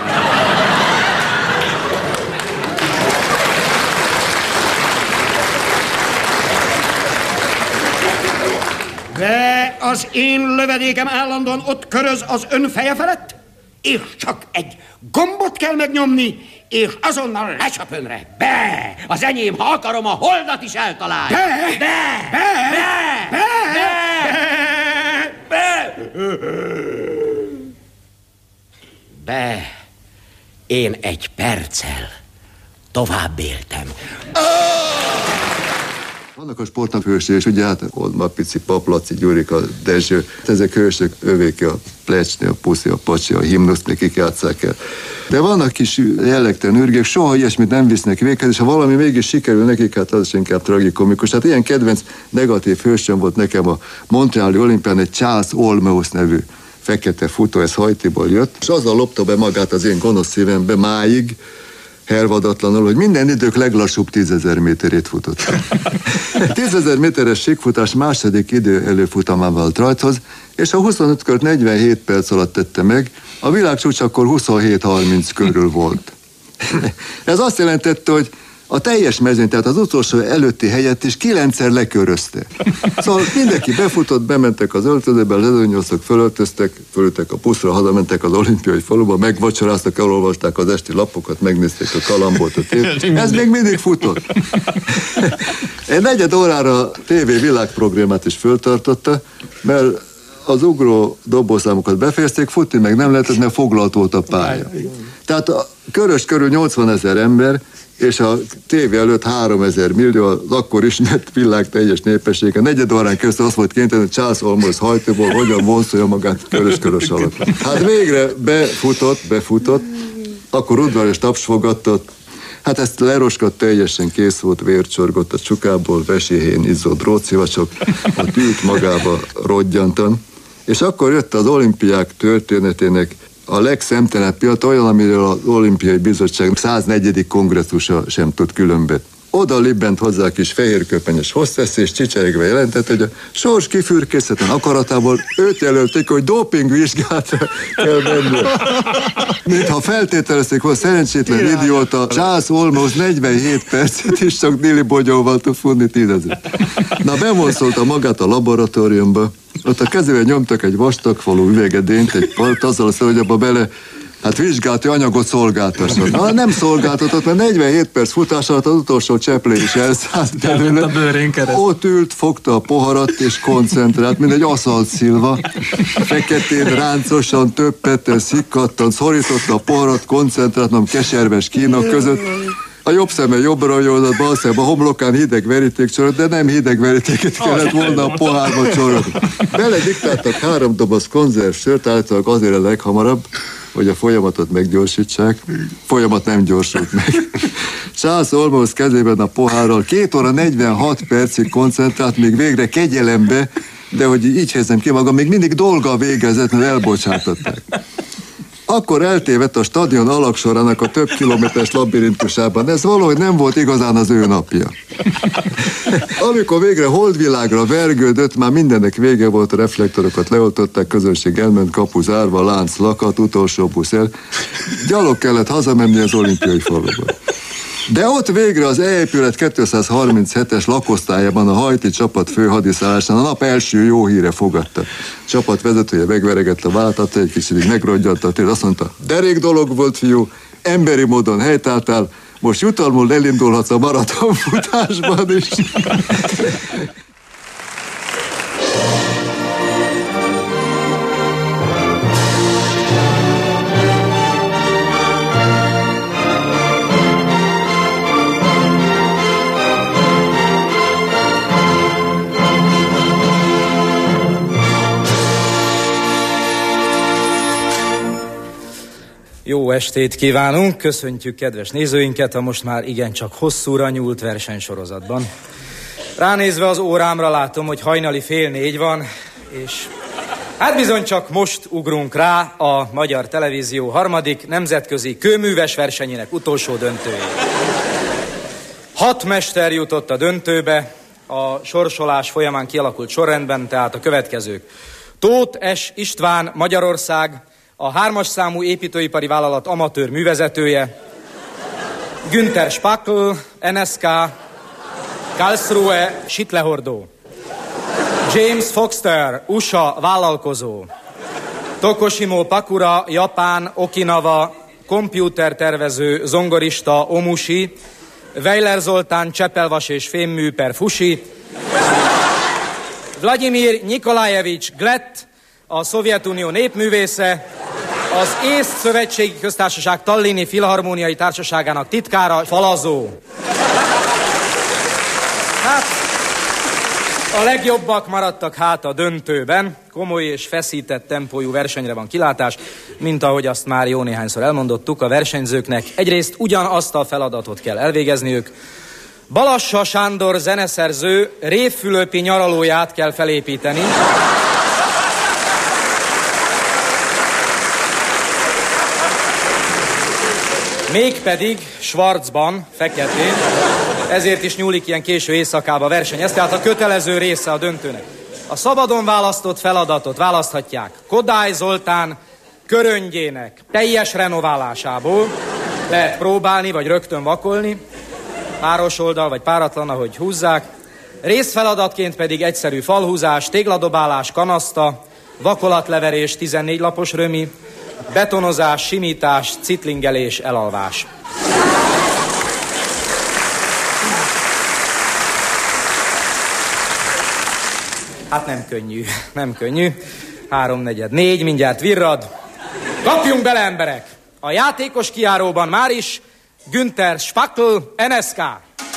De az én lövedékem állandóan ott köröz az ön feje felett, és csak egy gombot kell megnyomni, és azonnal lecsap önre. Be! Az enyém, ha akarom, a holdat is eltalálja. Be! Be! Be! Be! Be! Be! Én egy perccel tovább éltem. Vannak a sportnak hősök, és ugye hát Oldma, Pici, Pap, Laci, Gyurika, Dezső, ezek hősök, övék a plecsni, a puszi, a pacsi, a himnuszt, még kik játsszák el. De vannak kis jellegtelen ürgék, soha ilyesmit nem visznek véghez, és ha valami mégis sikerül nekik, hát az is inkább tragikomikus. Hát ilyen kedvenc negatív hősöm volt nekem a Montreali olimpián egy Charles Olmeus nevű fekete futó, ez Haitiból jött, és azzal lopta be magát az én gonosz szívembe máig, hervadatlanul, hogy minden idők leglassúbb tízezer méterét futott. tízezer méteres síkfutás második idő előfutamával rajthoz, és a huszonöt kört negyvenhét perc alatt tette meg, a világcsúcs akkor huszonhét harminc körül volt. Ez azt jelentette, hogy a teljes mezőny, tehát az utolsó előtti helyet is kilencszer lekörözte. Szóval mindenki befutott, bementek az öltözőbe, az ezernyolcszor fölöltöztek, fölültek a puszra, hazamentek az olimpiai faluba, megvacsoráztak, elolvasták az esti lapokat, megnézték a kalambot, a tévét. Ez még mindig futott. Egy negyed órára té vé világprogramját is föltartotta, mert az ugró dobószámokat befejezték, futni meg nem lehetett, mert foglalt volt a pálya. Tehát a körös körül nyolcvanezer ember, és a tévé előtt háromezer millió, az akkor ismert világ teljes népessége. Negyed órán között azt volt kénytelen, hogy Charles Olmos Haitiból hogyan vonszolja magát körös-körös alatt. Hát végre befutott, befutott, akkor udvarias taps fogadtott. Hát ezt leroskadt, teljesen kész volt, vércsorgott a csukából, veséhén izzott rócivacsok, ott ült magába roggyantan. És akkor jött az olimpiák történetének a legszemtelenebb pillanat, olyan, amiről az Olimpiai Bizottság száznegyedik kongresszusa sem tud különbet. Oda libbent hozzá a kis fehérköpenyes hostess, és csicseregve jelentett, hogy a sors kifürkészhetlen akaratából őt jelölték, hogy dopingvizsgátra kell menni. Mintha feltételezték volna szerencsétlen idióta, Charles Olmos negyvenhét percet is csak Dili Bogyóval tud futni tízezer. Na, bevonszolta magát a laboratóriumba, ott a kezével nyomtak egy vastagfalú üvegedényt, egy part, azzal a hogy abba bele hát vizsgálati anyagot szolgáltasson. Na, nem szolgáltatott, mert negyvenhét perc futás alatt az utolsó cseplé is elszállt belőle. Ott ült, fogta a poharat és koncentrált, mint egy aszalt szilva. Feketén, ráncosan, többettel, szikkattan, szorította a poharat, koncentráltan, keserves kínok között. A jobb szeme jobbra nyúlott, bal szeme a homlokán hideg veríték csorog, de nem hideg verítéket kellett volna a pohárba csorogni. Belediktáltak három doboz konzerv sört, állítólag azért a leghamarabb, hogy a folyamatot meggyorsítsák. Folyamat nem gyorsult meg. Charles Olmos kezében a pohárral két óra negyvenhat percig koncentrált, még végre kegyelembe, de hogy így helyezem ki magam, még mindig dolga végezett, mert elbocsátották. Akkor eltévedt a stadion alaksorának a több kilométeres labirintusában. Ez valahogy nem volt igazán az ő napja. Amikor végre holdvilágra vergődött, már mindennek vége volt, a reflektorokat leoltották, közönség elment, kapu zárva, lánc lakat, utolsó busz el. Gyalog kellett hazamenni az olimpiai faluba. De ott végre az E-épület kétszázharminchetes lakosztályában a haiti csapat főhadiszállásán a nap első jó híre fogadta. Csapat vezetője megveregette a vállat, adta egy kicsit megrodjant a tér, azt mondta, derék dolog volt, fiú, emberi módon helytáltál, most jutalmul elindulhatsz a maratonfutásban is. Jó estét kívánunk, köszöntjük kedves nézőinket a most már igencsak hosszúra nyúlt versenysorozatban. Ránézve az órámra látom, hogy hajnali fél négy van, és Hát bizony csak most ugrunk rá a Magyar Televízió harmadik nemzetközi kőműves versenyének utolsó döntőjére. Hat mester jutott a döntőbe, a sorsolás folyamán kialakult sorrendben, tehát a következők. Tóth S. István, Magyarország, a hármas számú építőipari vállalat amatőr művezetője, Günther Spackel, en es ká, Karlsruhe, sitlehordó, James Foxter, u es á, vállalkozó, Tokoshimo Pakura, Japán, Okinawa, kompjútertervező, zongorista, Omushi, Weiler Zoltán, csepelvas és fémmű per Fusi, Vladimir Nikolajevics Glett, a Szovjetunió népművésze, az Észt Szövetségi Köztársaság Tallini Filharmóniai Társaságának titkára, falazó. Hát, a legjobbak maradtak hát a döntőben. Komoly és feszített tempójú versenyre van kilátás, mint ahogy azt már jó néhányszor elmondottuk, a versenyzőknek egyrészt ugyanazt a feladatot kell elvégezniük. Balassa Sándor zeneszerző Révfülöpi nyaralóját kell felépíteni. Mégpedig Schwarzban, feketén, ezért is nyúlik ilyen késő éjszakába verseny. Ez tehát a kötelező része a döntőnek. A szabadon választott feladatot választhatják Kodály Zoltán köröngyének teljes renoválásából. Lehet próbálni, vagy rögtön vakolni, páros oldal, vagy páratlan, ahogy húzzák. Részfeladatként pedig egyszerű falhúzás, tégladobálás, kanaszta, vakolatleverés, tizennégy lapos römi, betonozás, simítás, citlingelés, elalvás. Hát nem könnyű, nem könnyű. Háromnegyed négy, mindjárt virrad. Kapjunk bele, emberek! A játékos kijáróban már is Günther Spackel, en es ká.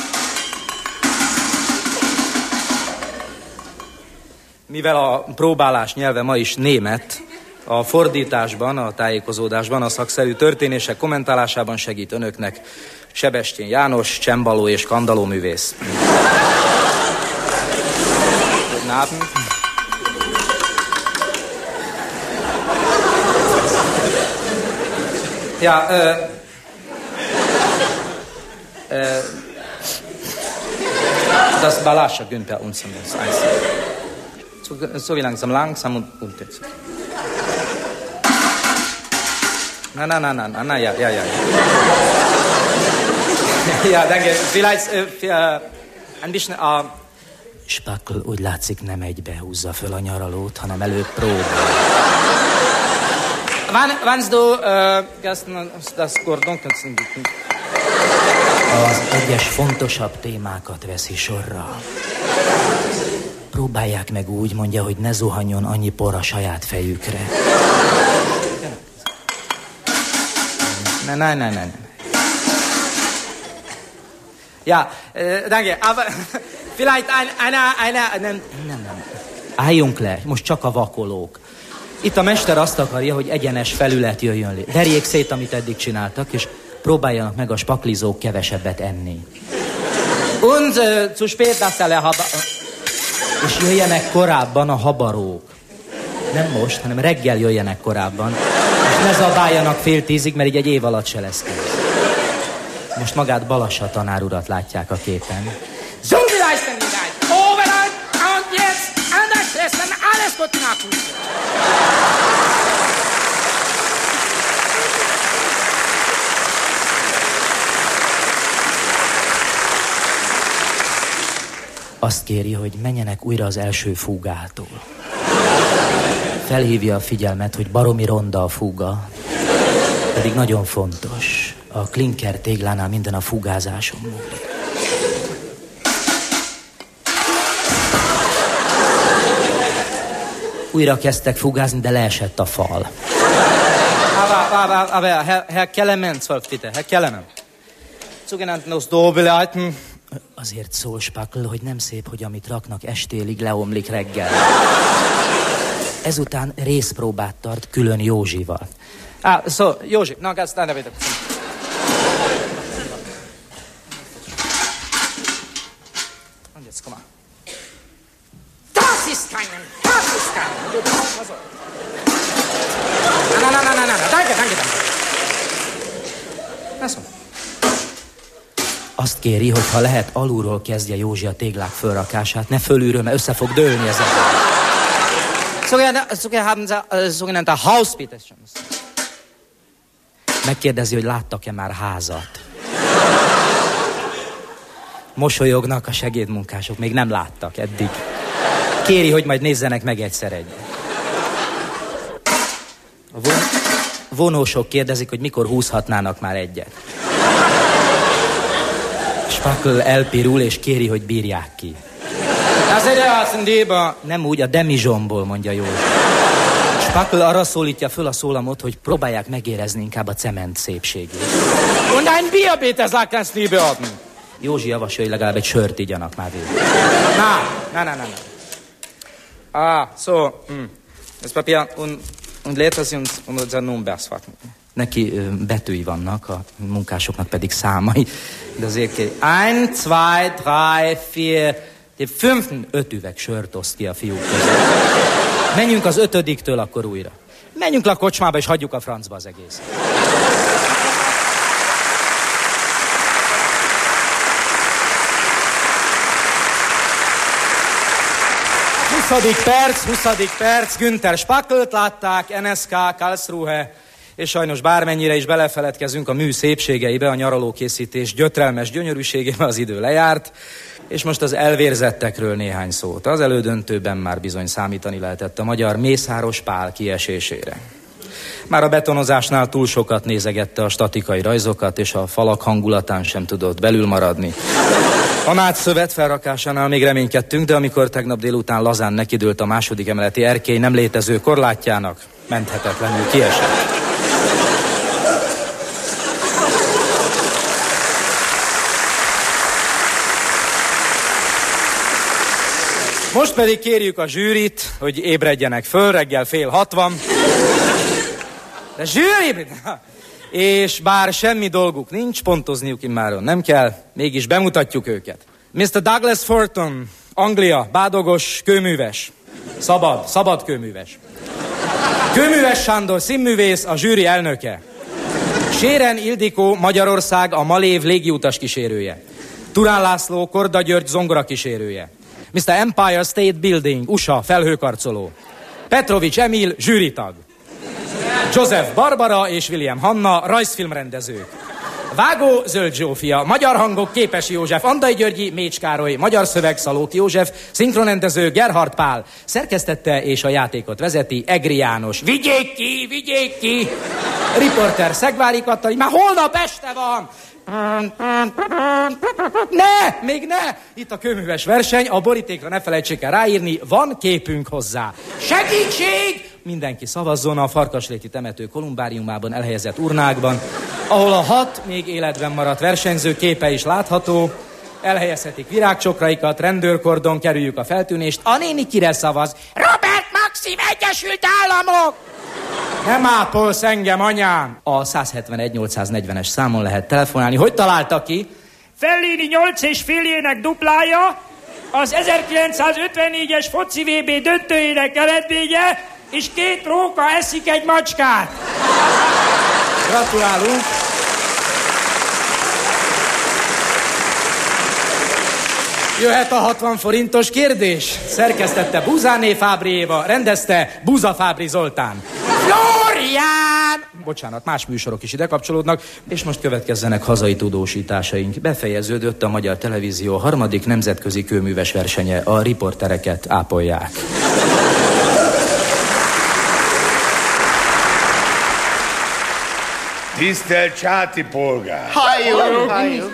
Mivel a próbálás nyelve ma is német, a fordításban, a tájékozódásban, a szakszerű történések kommentálásában segít önöknek Sebestyén János, csembaló és kandaló művész. Guten Abend. Ja, äh, äh, das Balascha Günther uns das eins. So, so wie langsam, langsam und, und jetzt. Na, na, na, na, na, na, ja, ja, ja. Ja, danke. Vielleicht äh, ein bisschen... Uh... Spackel úgy látszik nem egybe húzza föl a nyaralót, hanem előbb próbál. Wann du uh, das Gordon az egyes fontosabb témákat veszi sorra. Próbálják meg úgy, mondja, hogy ne zuhanjon annyi por a saját fejükre. Nein, nein, nein, nein. Ja, äh, danke, aber vielleicht ein, eine, eine, nem, nem, nem. Álljunk le, most csak a vakolók. Itt a mester azt akarja, hogy egyenes felület jöjjön lé. Verjék szét, amit eddig csináltak, és próbáljanak meg a spaklizók kevesebbet enni. Und uh, zu spät, dass er haba... És jöjjenek korábban a habarók. Nem most, hanem reggel jöjjenek korábban. És ne zabáljanak fél tízig, mert így egy év alatt se lesz kész. Most magát Balassa tanár urat látják a képen. Zungileisten Migály! Overall und jetzt an der Schwestern alles gut machen! Azt kéri, hogy menjenek újra az első fúgától. Felhívja a figyelmet, hogy baromi ronda a fúga, pedig nagyon fontos. A klinker téglánál minden a fúgázáson múlik. Újra kezdtek fúgázni, de leesett a fal. Aber, aber, aber, Herr, Herr Kellermann, zwölf bitte, Herr Kellermann. Sogenannten aus Dobeleiten. Azért szól Spackel, hogy nem szép, hogy amit raknak estélig, leomlik reggel. Ezután részpróbát tart külön Józsival. Ah, so, Józsi, na, ganz deine bitte. Und jetzt, komm mal. Das Das ist keinen, das ist keinen. Na, na, na, na, na, na, danke, danke, danke. Na szó. Azt kéri, hogy ha lehet, alulról kezdje Józsi a téglák fölrakását, ne fölülről, mert össze fog dőlni ez a... Sogenannte Hausbitteschens. Megkérdezi, hogy láttak-e már házat. Mosolyognak a segédmunkások, még nem láttak eddig. Kéri, hogy majd nézzenek meg egyszer egyet. A von... vonósok kérdezik, hogy mikor húzhatnának már egyet. Spackel elpirul és kéri, hogy bírják ki. Nem úgy, a demizsomból, mondja Józsi. Spackel arra szólítja föl a szólamot, hogy próbálják megérezni inkább a cement szépségét. Und ein Bier bitte, sagt ein Schneebeorden. Józsi javasolja, hogy legalább egy sört igyanak már végül. Na, na, na, na, na. Ah, so, hm. Das Papier und, und leert Sie uns unser Numbers warten. Neki ö, betűi vannak, a munkásoknak pedig számai. De azért kér... Ein, zwei, drei, vier... De fünften öt üveg sört oszt ki a fiúk között. Menjünk az ötödiktől akkor újra. Menjünk le a kocsmába és hagyjuk a francba az egész. huszadik perc, huszadik perc, Günther Spackelt látták, en es ká, Karlsruhe, és sajnos bármennyire is belefeledkezünk a mű szépségeibe, a nyaralókészítés gyötrelmes gyönyörűségébe, az idő lejárt, és most az elvérzettekről néhány szót. Az elődöntőben már bizony számítani lehetett a magyar Mészáros Pál kiesésére. Már a betonozásnál túl sokat nézegette a statikai rajzokat, és a falak hangulatán sem tudott belül maradni. A Nád szövet felrakásánál még reménykedtünk, de amikor tegnap délután lazán nekidőlt a második emeleti erkély nem létező korlátjának, menthetetlenül kiesett. Most pedig kérjük a zsűrit, hogy ébredjenek föl, reggel fél hatvan. De zsűri! És bár semmi dolguk nincs, pontozniuk immáron nem kell, mégis bemutatjuk őket. miszter Douglas Furton, Anglia, bádogos kőműves. Szabad, szabad kőműves. Kőműves Sándor színművész, a zsűri elnöke. Séren Ildikó, Magyarország, a Malév légiutas kísérője. Turán László, Korda György zongora kísérője. miszter Empire State Building, u es á, felhőkarcoló. Petrovics Emil, zsűritag. Joseph Barbara és William Hanna, rajzfilmrendezők. Vágó Zöld Zsófia, magyar hangok Képes József, Andai Györgyi, Mécs Károly, magyar szöveg Szalóki József, szinkronrendező Gerhard Pál, szerkesztette és a játékot vezeti Egri János. Vigyék ki, vigyék ki! Riporter Szegvári Katalin, már holnap este van! Ne, még ne! Itt a kőműves verseny, a borítékra ne felejtsék el ráírni, van képünk hozzá. Segítség! Mindenki szavazzon a Farkasréti temető kolumbáriumában elhelyezett urnákban, ahol a hat még életben maradt versenyző képe is látható. Elhelyezhetik virágcsokraikat, rendőrkordon, kerüljük a feltűnést. A néni kire szavaz? Robert Maxim, Egyesült Államok! Nem ápolsz engem, anyám! A száz hetvenegy nyolcszáznegyvenes számon lehet telefonálni. Hogy találta ki? Fellini nyolc és féljének duplája, az ezerkilencszázötvennégyes foci vé bé döntőjének eredménye, és két róka eszik egy macskát. Gratulálunk! Jöhet a hatvan forintos kérdés. Szerkesztette Buzáné Fábri Éva, rendezte Buza Fábri Zoltán. Florián! Bocsánat, más műsorok is ide kapcsolódnak, és most következzenek hazai tudósításaink. Befejeződött a Magyar Televízió harmadik nemzetközi kőműves versenye, a riportereket ápolják. Tisztelt Csáti polgár! Halljuk, halljuk.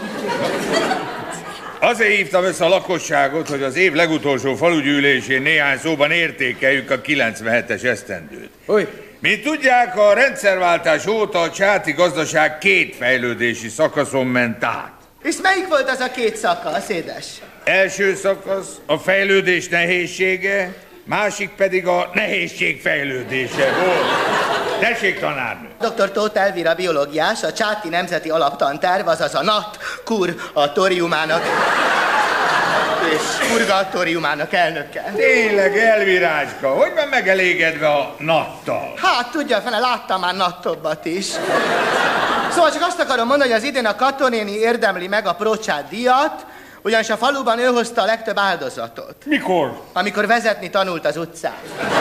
Azért hívtam össze a lakosságot, hogy az év legutolsó falugyűlésén néhány szóban értékeljük a kilencvenhetes esztendőt. Oly. Mint tudják, a rendszerváltás óta a csáti gazdaság két fejlődési szakaszon ment át. És melyik volt az a két szakasz, édes? Első szakasz a fejlődés nehézsége, másik pedig a nehézség fejlődése volt. Tessék, tanárnő! doktor Tóth Elvira biológiás, a Csáti Nemzeti Alaptanterv, azaz a NAT, kur a toriumának és purgatóriumának elnöke. Tényleg, Elvirácska, hogy van megelégedve a nattal? Hát, tudja, fene, láttam már nattobbat is. Szóval csak azt akarom mondani, hogy az idén a Katonéni érdemli meg a Procsát díjat, ugyanis a faluban ő hozta a legtöbb áldozatot. Mikor? Amikor vezetni tanult az utcán.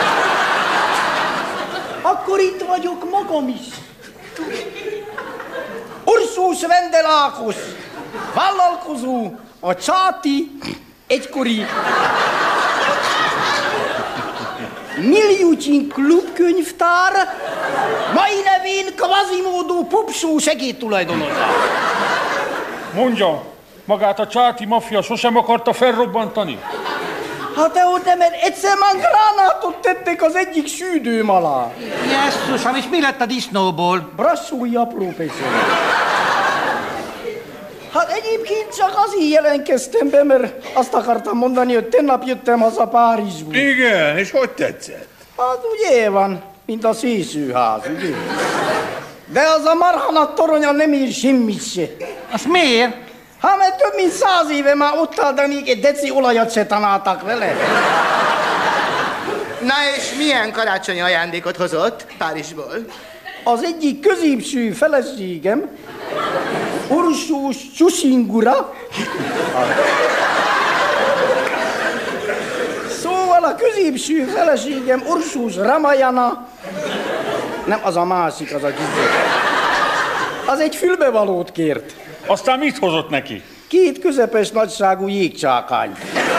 Akkor itt vagyok magam is. Ursus Vendelákos, vállalkozó, a Csáti egykori Miljúcsin klubkönyvtár, mai nevén Quasimodo popshow segédtulajdonosa. Mondja, magát a Csáti maffia sosem akarta felrobbantani? Hát de ott nem, mert egyszer már gránátot tettek az egyik sűdőm alá. Jesszusom, és mi lett a disznóból? Brassói apró pecsény. Hát egyébként csak azért jelentkeztem be, mert azt akartam mondani, hogy tegnap jöttem haza Párizsból. Igen, és hogy tetszett? Hát ugye van, mint a szészőház, ugye? De az a marhanat toronya nem ír semmit se. Azt miért? Hát mert több mint száz éve már ott áll, de még egy deci olajat se tanáltak vele. Na és milyen karácsonyi ajándékot hozott Párizsból? Az egyik középső feleségem, Ursus Csusingura. Szóval a középső feleségem Ursus Ramayana. Nem, az a másik, az a kicsit. Az egy fülbevalót kért. Aztán mit hozott neki? Két közepes nagyságú jégcsákány.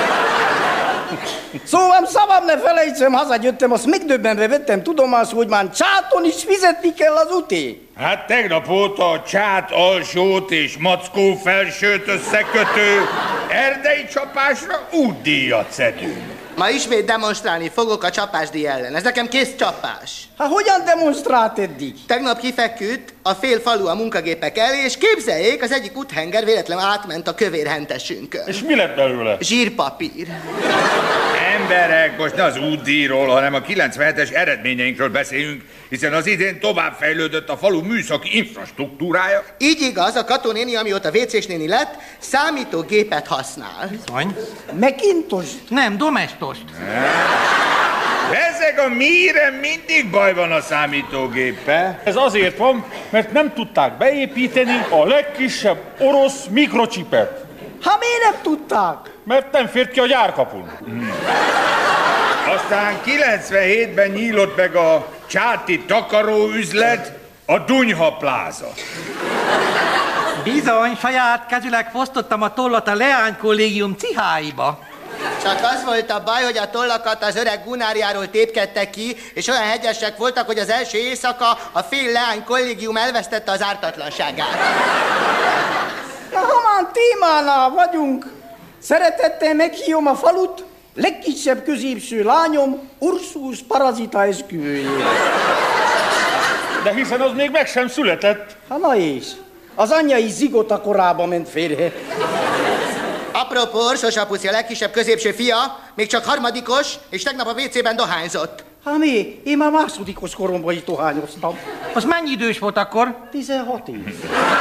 Szóval szabad ne felejtsem, hazajöttem, azt megdöbbenve vettem tudomásul, hogy már Csáton is fizetni kell az uté. Hát tegnap óta a Csát alsót és Mackó felsőt összekötő erdei csapásra útdíjat szedünk. Ma ismét demonstrálni fogok a csapásdíj ellen. Ez nekem kész csapás. Hát hogyan demonstrált eddig? Tegnap kifeküdt a fél falu a munkagépek elé, és képzeljék, az egyik úthenger véletlenül átment a kövérhentesünkön. És mi lett belőle? Zsírpapír. Emberek, most ne az útdíjról, hanem a kilencvenhetes eredményeinkről beszélünk, hiszen az idén továbbfejlődött a falu műszaki infrastruktúrája. Így igaz, a Katonéni, amióta vécés néni lett, számítógépet használ. Bizony. Macintosh? Nem, Domestost. Ezek a mire mindig baj van a számítógéppel. Ez azért van, mert nem tudták beépíteni a legkisebb orosz mikrocsipet. Ha miért nem tudták? Mert nem fért ki a gyárkapun. Hmm. Aztán kilencvenhétben nyílott meg a Csáti takaróüzlet, a Dunyha pláza. Bizony, saját kezüleg fosztottam a tollat a Leány kollégium ciháiba. Csak az volt a baj, hogy a tollakat az öreg Gunáriáról tépkedtek ki, és olyan hegyesek voltak, hogy az első éjszaka a fél Leány kollégium elvesztette az ártatlanságát. Na, ha már témánál vagyunk, szeretettel meghívom a falut legkisebb középső lányom Ursus parazita esküvőjére. De hiszen az még meg sem született. Ha na és? Az anyjai zigota korába ment férje. Apropó, Sorsapuszi a legkisebb középső fia, még csak harmadikos, és tegnap a vécében dohányzott. Hát mi? Én már másodikos koromban is dohányoztam. Az mennyi idős volt akkor? tizenhat év.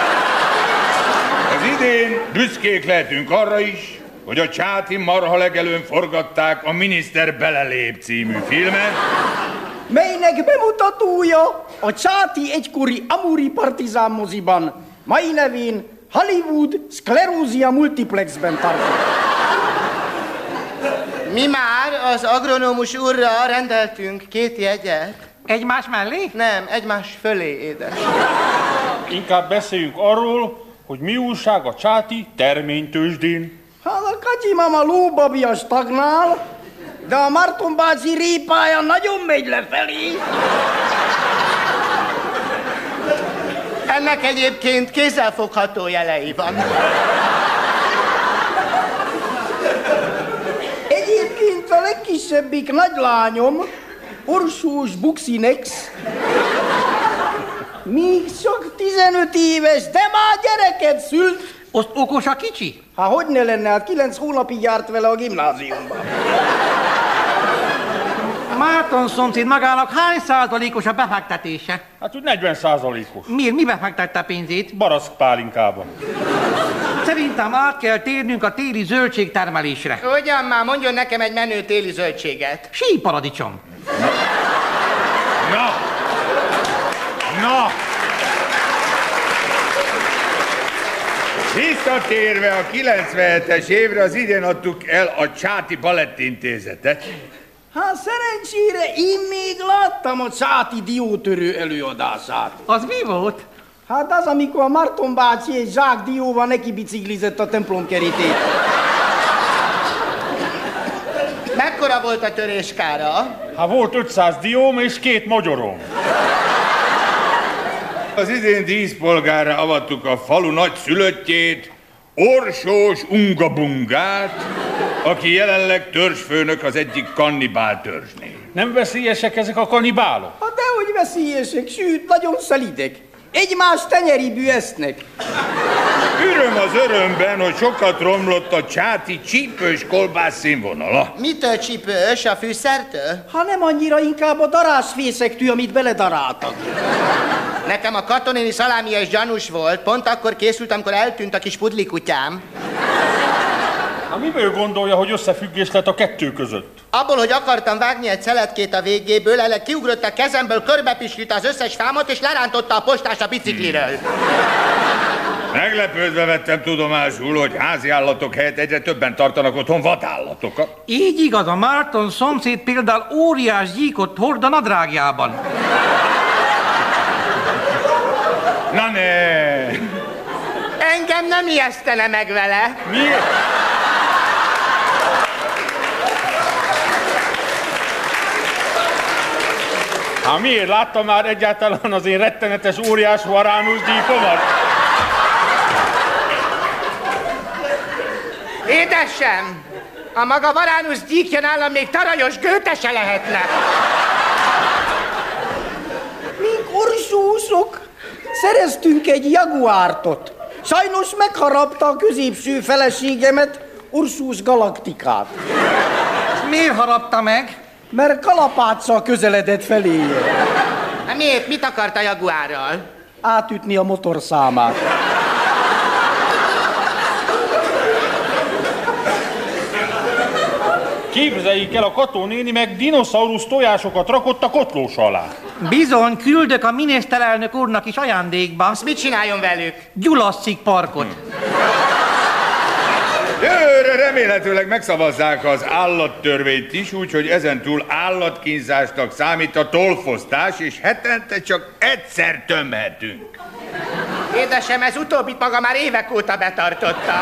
Az idén büszkék lehetünk arra is, hogy a Csáti marha legelőn forgatták a Miniszter belelép című filmet, melynek bemutatója a Csáti egykori Amuri partizán moziban, mai nevén Hollywood Sclerosia Multiplexben tartott. Mi már az agronómus úrra rendeltünk két jegyet. Egymás mellé? Nem, egymás fölé, édes. Inkább beszéljünk arról, hogy mi újság a Csáti terménytőzsdén. Hát a Kacsi mama lóbabja stagnál, de a Marton bácsi répája nagyon megy lefelé. Ennek egyébként kézzelfogható jelei van. Egyébként a legkisebbik nagylányom, Ursus Buxinex, még csak tizenöt éves, de már gyereket szült. Azt okos a kicsi? Hát hogy ne lenne, hát kilenc hónapig járt vele a gimnáziumban. Márton szomszéd magának hány százalékos a befektetése? Hát úgy negyven százalékos. Miért? Mi befektette pénzét? Barack pálinkába. Szerintem át kell térnünk a téli zöldségtermelésre. Ugyan már, mondjon nekem egy menő téli zöldséget. Síparadicsom. Na! Na! Visszatérve a kilencvenhetes évre, az idén adtuk el a Csáti Balettintézetet. Hát szerencsére én még láttam a Csáti diótörő előadását. Az mi volt? Hát az, amikor a Marton bácsi egy zsák dióval neki biciklizett a templom kerítét. Mekkora volt a töréskára? Hát volt ötszáz dióm és két magyarom. Az idén díszpolgárra avattuk a falu nagyszülöttjét, Orsós Ungabungát, aki jelenleg törzsfőnök az egyik kannibál törzsnél. Nem veszélyesek ezek a kannibálok? Hát dehogy veszélyesek, sőt, nagyon szelidek. Egymás tenyeribű esznek. Öröm az örömben, hogy sokat romlott a Csáti csípős kolbász színvonala. Mitől csípős? A fűszertől? Ha nem annyira, inkább a darásfészektől, amit beledaráltak. Nekem a katonini szalámia is gyanús volt. Pont akkor készült, amikor eltűnt a kis pudli kutyám. Hát miből gondolja, hogy összefüggés lett a kettő között? Abból, hogy akartam vágni egy szeletkét a végéből, elek kiugrott a kezemből, körbepislíte az összes fámot, és lerántotta a postás a bicikliről. Meglepődve vettem tudomásul, hogy háziállatok helyett egyre többen tartanak otthon vadállatokat. Így igaz, a Márton szomszéd például óriás gyíkot hord a nadrágjában. Na ne! Engem nem ijesztene meg vele. Miért? Hát miért? Láttam már egyáltalán az én rettenetes óriás varánus gyíkomat? Édesem! A maga varánus gyíkja nálam még tarajos gőtese lehetne. Mink orsósok, szereztünk egy jaguártot. Sajnos megharapta a középső feleségemet, Ursus Galaktikát. Miért harapta meg? Mert kalapáccsal közeledett feléje. Hát miért? Mit akart a jaguárral? Átütni a motorszámát. Képzeljék el, a Katónéni meg dinoszaurusz tojásokat rakott a kotlós alá. Bizony, küldök a miniszterelnök úrnak is ajándékba. Azt mit csináljon velük? Gyulasszik parkot. Jövőre remélhetőleg megszavazzák az állattörvényt is, úgyhogy ezentúl állatkínzásnak számít a tollfosztás, és hetente csak egyszer tömhetünk. Édesem, ez utóbbit maga már évek óta betartotta.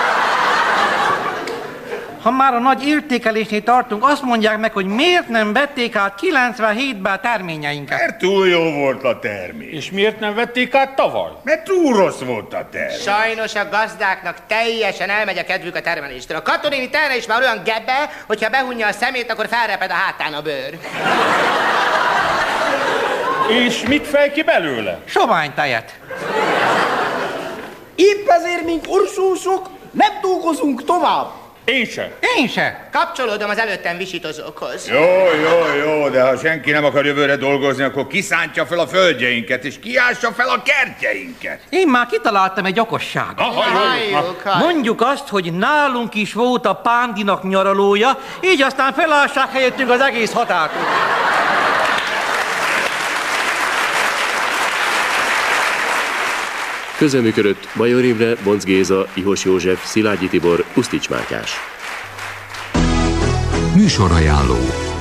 Ha már a nagy értékelésnél tartunk, azt mondják meg, hogy miért nem vették át kilencvenhétben a terményeinket. Mert túl jó volt a termény. És miért nem vették át tavaly? Mert túl rossz volt a termény. Sajnos a gazdáknak teljesen elmegy a kedvük a termeléstől. A Katonini terre is már olyan gebbe, hogyha behunja a szemét, akkor felreped a hátán a bőr. És mit fej ki belőle? Soványtejet. Épp ezért, mink orsósok, nem dolgozunk tovább. Én se. Én se. Kapcsolódom az előttem visítozókhoz. Jó, jó, jó, de ha senki nem akar jövőre dolgozni, akkor kiszántja fel a földjeinket, és kiássa fel a kertjeinket. Én már kitaláltam egy okosságot. Aha, Halljuk, halljuk. Mondjuk azt, hogy nálunk is volt a Pándinak nyaralója, így aztán felássák helyettünk az egész határt. Közreműködött Bajor Imre, Bonc Géza, Ihos József, Szilágyi Tibor, Usztics Mátyás. Műsorajánló.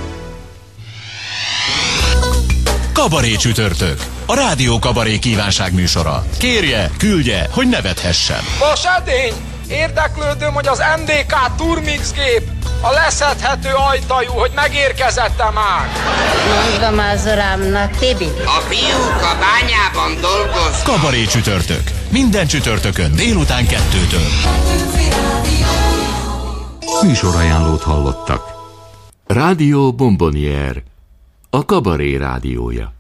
Kabaré csütörtök. A Rádió Kabaré kívánság műsora. Kérje, küldje, hogy nevethessen. Vas edény! Érdeklődöm, hogy az em dé ká Turmix gép, a leszedhető ajtajú, hogy megérkezett-e már? Mondom az uramnak, Tibi. A fiúk a bányában dolgoz. Kabaré csütörtök. Minden csütörtökön délután kettőtől. Műsorajánlót hallottak. Rádió Bombonier, a Kabaré rádiója.